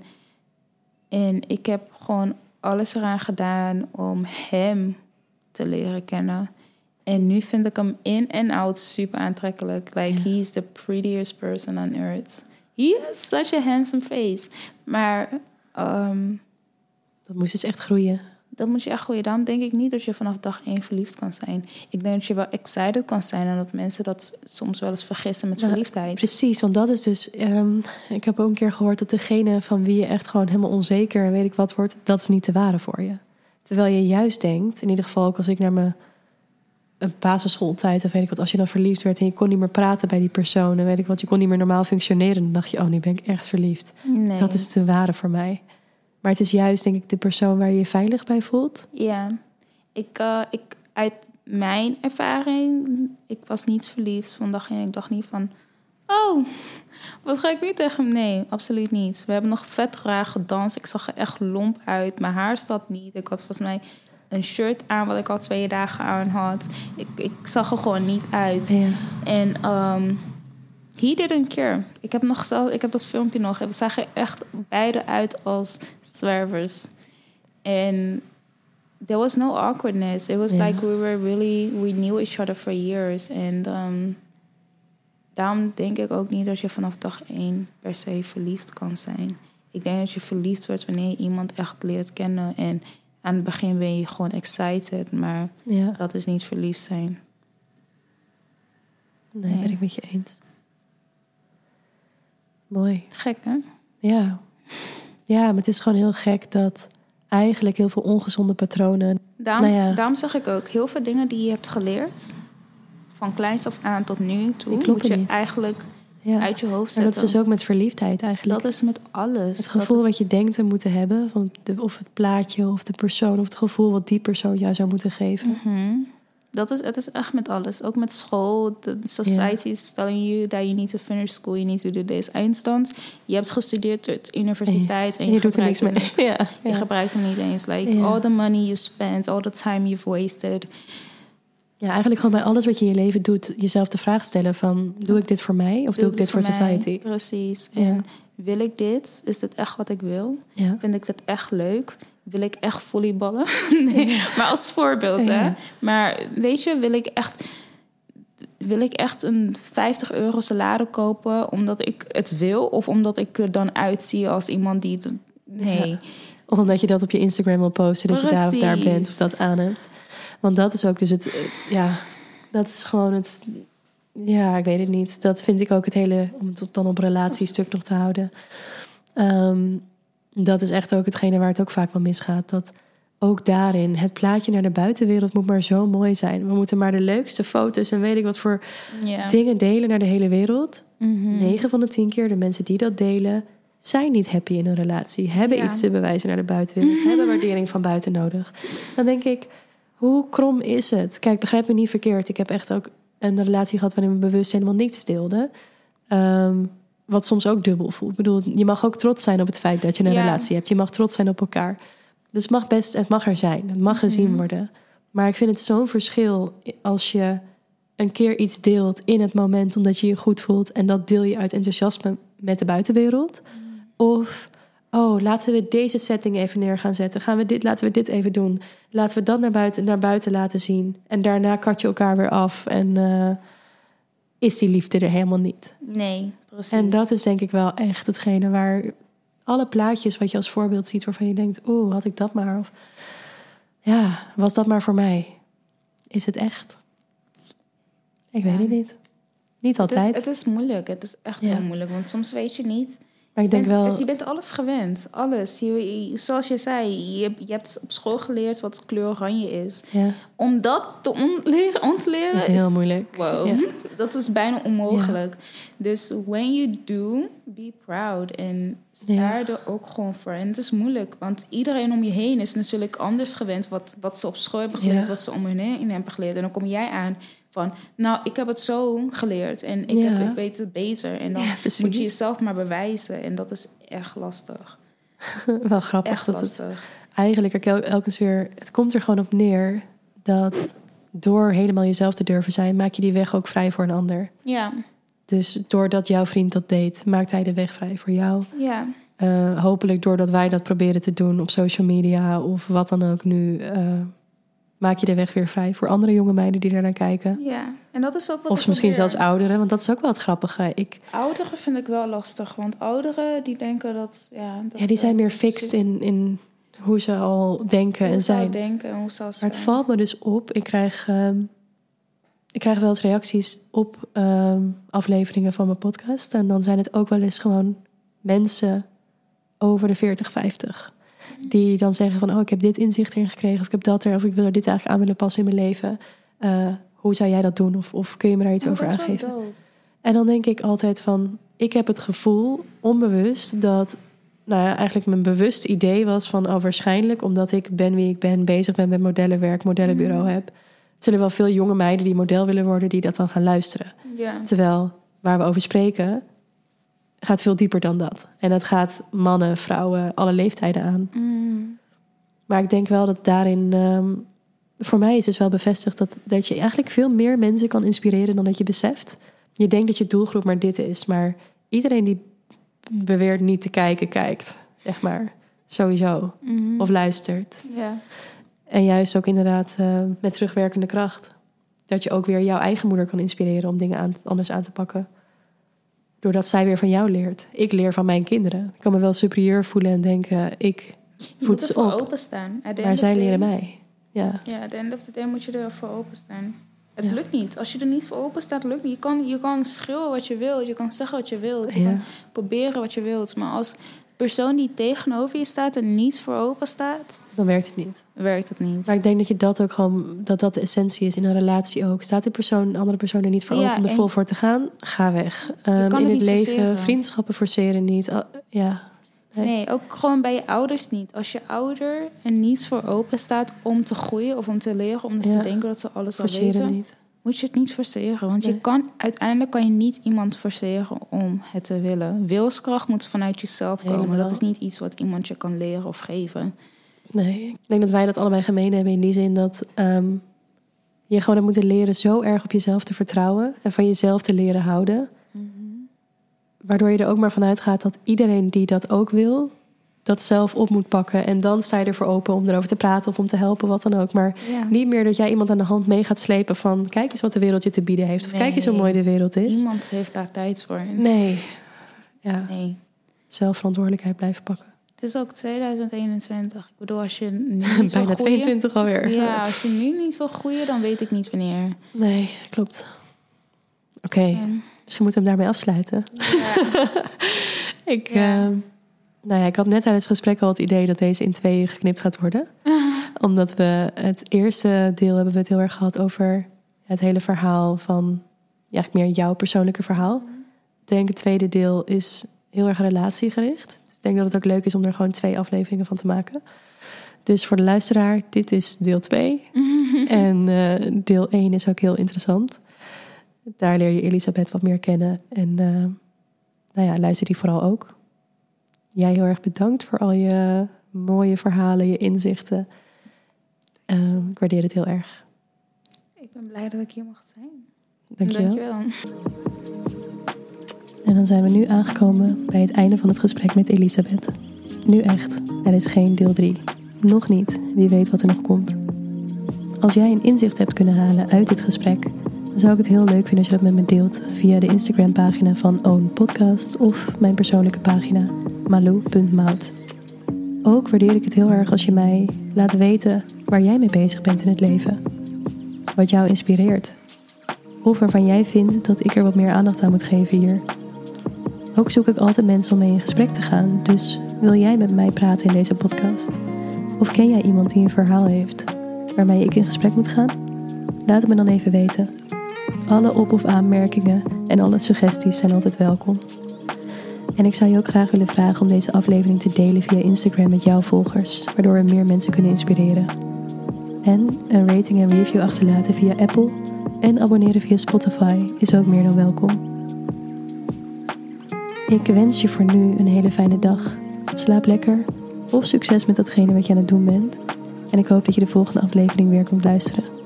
en ik heb gewoon... alles eraan gedaan om hem te leren kennen. En nu vind ik hem in en out super aantrekkelijk. Like, ja. he's the prettiest person on earth. He has such a handsome face. Maar... Um, dat moest dus echt groeien. Dat moet je echt groeien. Dan denk ik niet dat je vanaf dag één verliefd kan zijn. Ik denk dat je wel excited kan zijn... en dat mensen dat soms wel eens vergissen met ja, verliefdheid. Precies, want dat is dus... Um, ik heb ook een keer gehoord dat degene van wie je echt gewoon helemaal onzeker... en weet ik wat wordt, dat is niet de ware voor je. Terwijl je juist denkt, in ieder geval ook als ik naar mijn een basisschooltijd... of weet ik wat, als je dan verliefd werd en je kon niet meer praten bij die persoon... en weet ik wat, je kon niet meer normaal functioneren... dan dacht je, oh, nu ben ik echt verliefd. Nee. Dat is de ware voor mij. Maar het is juist, denk ik, de persoon waar je je veilig bij voelt. Ja, ik, uh, ik uit mijn ervaring... ik was niet verliefd vandaag en ik dacht niet van... oh, wat ga ik nu tegen hem? Nee, absoluut niet. We hebben nog vet raar gedanst. Ik zag er echt lomp uit. Mijn haar zat niet. Ik had volgens mij een shirt aan... wat ik al twee dagen aan had. Ik, ik zag er gewoon niet uit. Ja. En... Um, he didn't care. Ik heb, nog zo, ik heb dat filmpje nog. We zagen echt beide uit als zwervers. En there was no awkwardness. It was yeah. like we were really... we knew each other for years. En um, daarom denk ik ook niet dat je vanaf dag één... per se verliefd kan zijn. Ik denk dat je verliefd wordt wanneer je iemand echt leert kennen. En aan het begin ben je gewoon excited. Maar yeah. dat is niet verliefd zijn. Nee, nee. Ben ik met je eens. Mooi. Gek, hè? Ja. Ja, maar het is gewoon heel gek dat eigenlijk heel veel ongezonde patronen... Daarom, nou ja. daarom zeg ik ook, heel veel dingen die je hebt geleerd... van kleins af aan tot nu toe... moet je niet. eigenlijk ja. uit je hoofd zetten. Maar dat is dus ook met verliefdheid eigenlijk. Dat is met alles. Het gevoel is... wat je denkt te moeten hebben... Van de, of het plaatje of de persoon... of het gevoel wat die persoon jou zou moeten geven... Mm-hmm. Dat is, het is echt met alles. Ook met school. The society yeah. is telling you that you need to finish school. You need to do this. Eindstand. Je hebt gestudeerd tot universiteit. En je, en je, je gebruikt hem niks. Ja, ja. Je gebruikt hem niet eens. Like, yeah. all the money you spent. All the time you've wasted. Ja, eigenlijk gewoon bij alles wat je in je leven doet... jezelf de vraag stellen van... doe ik dit voor mij of doe, doe ik dit voor, voor society? Precies. Ja. En wil ik dit? Is dit echt wat ik wil? Ja. Vind ik dit echt leuk? Wil ik echt volleyballen? Nee, ja. Maar als voorbeeld, ja. hè? Maar weet je, wil ik echt... wil ik echt een vijftig euro salade kopen... omdat ik het wil? Of omdat ik er dan uitzie als iemand die... Nee. Ja. Of omdat je dat op je Instagram wil posten... dat Precies. je daar of daar bent of dat aan hebt. Want dat is ook dus het... Ja, dat is gewoon het... Ja, ik weet het niet. Dat vind ik ook het hele... om het dan op relatiestuk nog te houden... Um, dat is echt ook hetgene waar het ook vaak wel misgaat. Dat ook daarin, het plaatje naar de buitenwereld moet maar zo mooi zijn. We moeten maar de leukste foto's en weet ik wat voor Ja. dingen delen naar de hele wereld. Mhm. Negen van de tien keer de mensen die dat delen zijn niet happy in een relatie. Hebben Ja. iets te bewijzen naar de buitenwereld. Hebben waardering van buiten nodig. Dan denk ik, hoe krom is het? Kijk, begrijp me niet verkeerd. Ik heb echt ook een relatie gehad waarin we bewust helemaal niets deelden. Um, wat soms ook dubbel voelt. Ik bedoel, je mag ook trots zijn op het feit dat je een Ja. relatie hebt. Je mag trots zijn op elkaar. Dus het mag best, het mag er zijn. Het mag gezien Mhm. worden. Maar ik vind het zo'n verschil als je een keer iets deelt in het moment omdat je je goed voelt en dat deel je uit enthousiasme met de buitenwereld. Of, oh, laten we deze setting even neer gaan zetten. Gaan we dit, laten we dit even doen. Laten we dat naar buiten, naar buiten laten zien. En daarna kat je elkaar weer af en uh, is die liefde er helemaal niet. Nee, precies. En dat is denk ik wel echt hetgene waar alle plaatjes wat je als voorbeeld ziet waarvan je denkt, oeh, had ik dat maar? Of ja, was dat maar voor mij? Is het echt? Ik Ja. weet het niet. Niet het altijd. is, het is moeilijk. Het is echt Ja. heel moeilijk. Want soms weet je niet. Maar ik denk je, bent, wel... het, je bent alles gewend. Alles. Je, je- zoals je zei, je, je hebt op school geleerd wat kleur oranje is. Ja, Om dat te ontleren, on te leren is heel moeilijk. Wow, Ja. dat is bijna onmogelijk. Dus when you do, be proud. En sta Ja. er ook gewoon voor. En het is moeilijk, want iedereen om je heen is natuurlijk anders gewend... wat, wat ze op school hebben geleerd, Ja. wat ze om hun heen hebben geleerd. En dan kom jij aan van, nou, ik heb het zo geleerd... en ik, Ja. heb, ik weet het beter. En dan Ja, precies. moet je jezelf maar bewijzen. En dat is echt lastig. Wel grappig Echt dat het lastig. eigenlijk er tel- elkens weer... Het komt er gewoon op neer dat door helemaal jezelf te durven zijn... maak je die weg ook vrij voor een ander. Ja, Dus doordat jouw vriend dat deed, maakt hij de weg vrij voor jou. ja. Uh, hopelijk doordat wij dat proberen te doen op social media of wat dan ook nu... Uh, maak je de weg weer vrij voor andere jonge meiden die daar naar kijken. Ja, en dat is ook wat Of ik misschien probeer. zelfs ouderen, want dat is ook wel het grappige. Ik, Ouderen vind ik wel lastig, want ouderen die denken dat... Ja, dat ja, die zijn eh, meer fixed in, in hoe ze al denken hoe en zou zijn. denken en hoe zou Maar het zijn. valt me dus op. Ik krijg, um, ik krijg wel eens reacties op um, afleveringen van mijn podcast. En dan zijn het ook wel eens gewoon mensen over de veertig, vijftig. Die dan zeggen van, oh, ik heb dit inzicht erin gekregen... of ik heb dat er, of ik wil er dit eigenlijk aan willen passen in mijn leven. Uh, hoe zou jij dat doen? Of, of kun je me daar iets Oh, over dat is wel aangeven? dope. En dan denk ik altijd van... ik heb het gevoel, onbewust, dat... nou ja, eigenlijk mijn bewust idee was van... oh, waarschijnlijk, omdat ik ben wie ik ben... bezig ben met modellenwerk, modellenbureau Mm. heb... zullen wel veel jonge meiden die model willen worden... die dat dan gaan luisteren. Ja. Terwijl, waar we over spreken... gaat veel dieper dan dat. En het gaat mannen, vrouwen, alle leeftijden aan. Mm. Maar ik denk wel dat daarin... Um, voor mij is dus wel bevestigd... Dat, dat je eigenlijk veel meer mensen kan inspireren... dan dat je beseft. Je denkt dat je doelgroep maar dit is. Maar iedereen die beweert niet te kijken, kijkt. Zeg maar. Sowieso. Mm. Of luistert. Ja. En juist ook inderdaad uh, met terugwerkende kracht. Dat je ook weer jouw eigen moeder kan inspireren... om dingen aan, anders aan te pakken. Doordat zij weer van jou leert. Ik leer van mijn kinderen. Ik kan me wel superieur voelen en denken... ik Je voed moet ze ervoor op. openstaan. At the Maar end zij of the leren day- mij. Ja. Ja, at the end of the day moet je ervoor openstaan. Het Ja. lukt niet. Als je er niet voor open staat, lukt niet. Je kan, je kan schreeuwen wat je wilt. Je kan zeggen wat je wilt. Je Ja. kan proberen wat je wilt. Maar als persoon die tegenover je staat er niet voor open staat, Dan werkt het niet. werkt het niet. Maar ik denk dat je dat ook gewoon... dat dat de essentie is in een relatie ook. Staat die persoon, de andere persoon er niet voor Ja, open... om er en- vol voor te gaan, ga weg. Um, kan in het het niet leven, forceren. vriendschappen forceren niet. Uh, ja. Nee. Nee, ook gewoon bij je ouders niet. Als je ouder er niet voor open staat om te groeien of om te leren, omdat Ja. ze denken dat ze alles al Forceren weten, niet. moet je het niet forceren. Want Nee. je kan, uiteindelijk kan je niet iemand forceren om het te willen. Wilskracht moet vanuit jezelf komen. Helemaal. Dat is niet iets wat iemand je kan leren of geven. Nee, ik denk dat wij dat allebei gemeen hebben in die zin dat um, je gewoon hebt moeten leren zo erg op jezelf te vertrouwen en van jezelf te leren houden. Mm-hmm. Waardoor je er ook maar vanuit gaat dat iedereen die dat ook wil, dat zelf op moet pakken. En dan sta je ervoor open om erover te praten of om te helpen, wat dan ook. Maar Ja. niet meer dat jij iemand aan de hand mee gaat slepen van kijk eens wat de wereld je te bieden heeft. Of Nee. kijk eens hoe mooi de wereld is. Niemand heeft daar tijd voor. Nee. Ja, Nee. zelf verantwoordelijkheid blijven pakken. Het is ook tweeduizend eenentwintig. Ik bedoel, als je nu niet wil Bijna groeien... tweeëntwintig alweer. Ja, als je nu niet wil groeien, dan weet ik niet wanneer. Nee, klopt. Oké, okay. En- Misschien moeten we hem daarmee afsluiten. Ja. ik, Ja. uh, nou ja, ik had net tijdens het gesprek al het idee dat deze in tweeën geknipt gaat worden. Omdat we het eerste deel hebben we het heel erg gehad over het hele verhaal van ja, eigenlijk meer jouw persoonlijke verhaal. Ik denk het tweede deel is heel erg relatiegericht. Dus ik denk dat het ook leuk is om er gewoon twee afleveringen van te maken. Dus voor de luisteraar, dit is deel twee. En uh, deel één is ook heel interessant. Daar leer je Elisabeth wat meer kennen. En uh, nou ja, luister die vooral ook. Jij heel erg bedankt voor al je mooie verhalen, je inzichten. Uh, ik waardeer het heel erg. Ik ben blij dat ik hier mocht zijn. Dank je wel. Dank je wel. En dan zijn we nu aangekomen bij het einde van het gesprek met Elisabeth. Nu echt, er is geen deel drie. Nog niet, wie weet wat er nog komt. Als jij een inzicht hebt kunnen halen uit dit gesprek, dan zou ik het heel leuk vinden als je dat met me deelt via de Instagram pagina van Own Podcast of mijn persoonlijke pagina malou punt mout. Ook waardeer ik het heel erg als je mij laat weten waar jij mee bezig bent in het leven. Wat jou inspireert. Of waarvan jij vindt dat ik er wat meer aandacht aan moet geven hier. Ook zoek ik altijd mensen om mee in gesprek te gaan. Dus wil jij met mij praten in deze podcast? Of ken jij iemand die een verhaal heeft waarmee ik in gesprek moet gaan? Laat het me dan even weten. Alle op- of aanmerkingen en alle suggesties zijn altijd welkom. En ik zou je ook graag willen vragen om deze aflevering te delen via Instagram met jouw volgers, waardoor we meer mensen kunnen inspireren. En een rating en review achterlaten via Apple en abonneren via Spotify is ook meer dan welkom. Ik wens je voor nu een hele fijne dag. Slaap lekker of succes met datgene wat je aan het doen bent. En ik hoop dat je de volgende aflevering weer komt luisteren.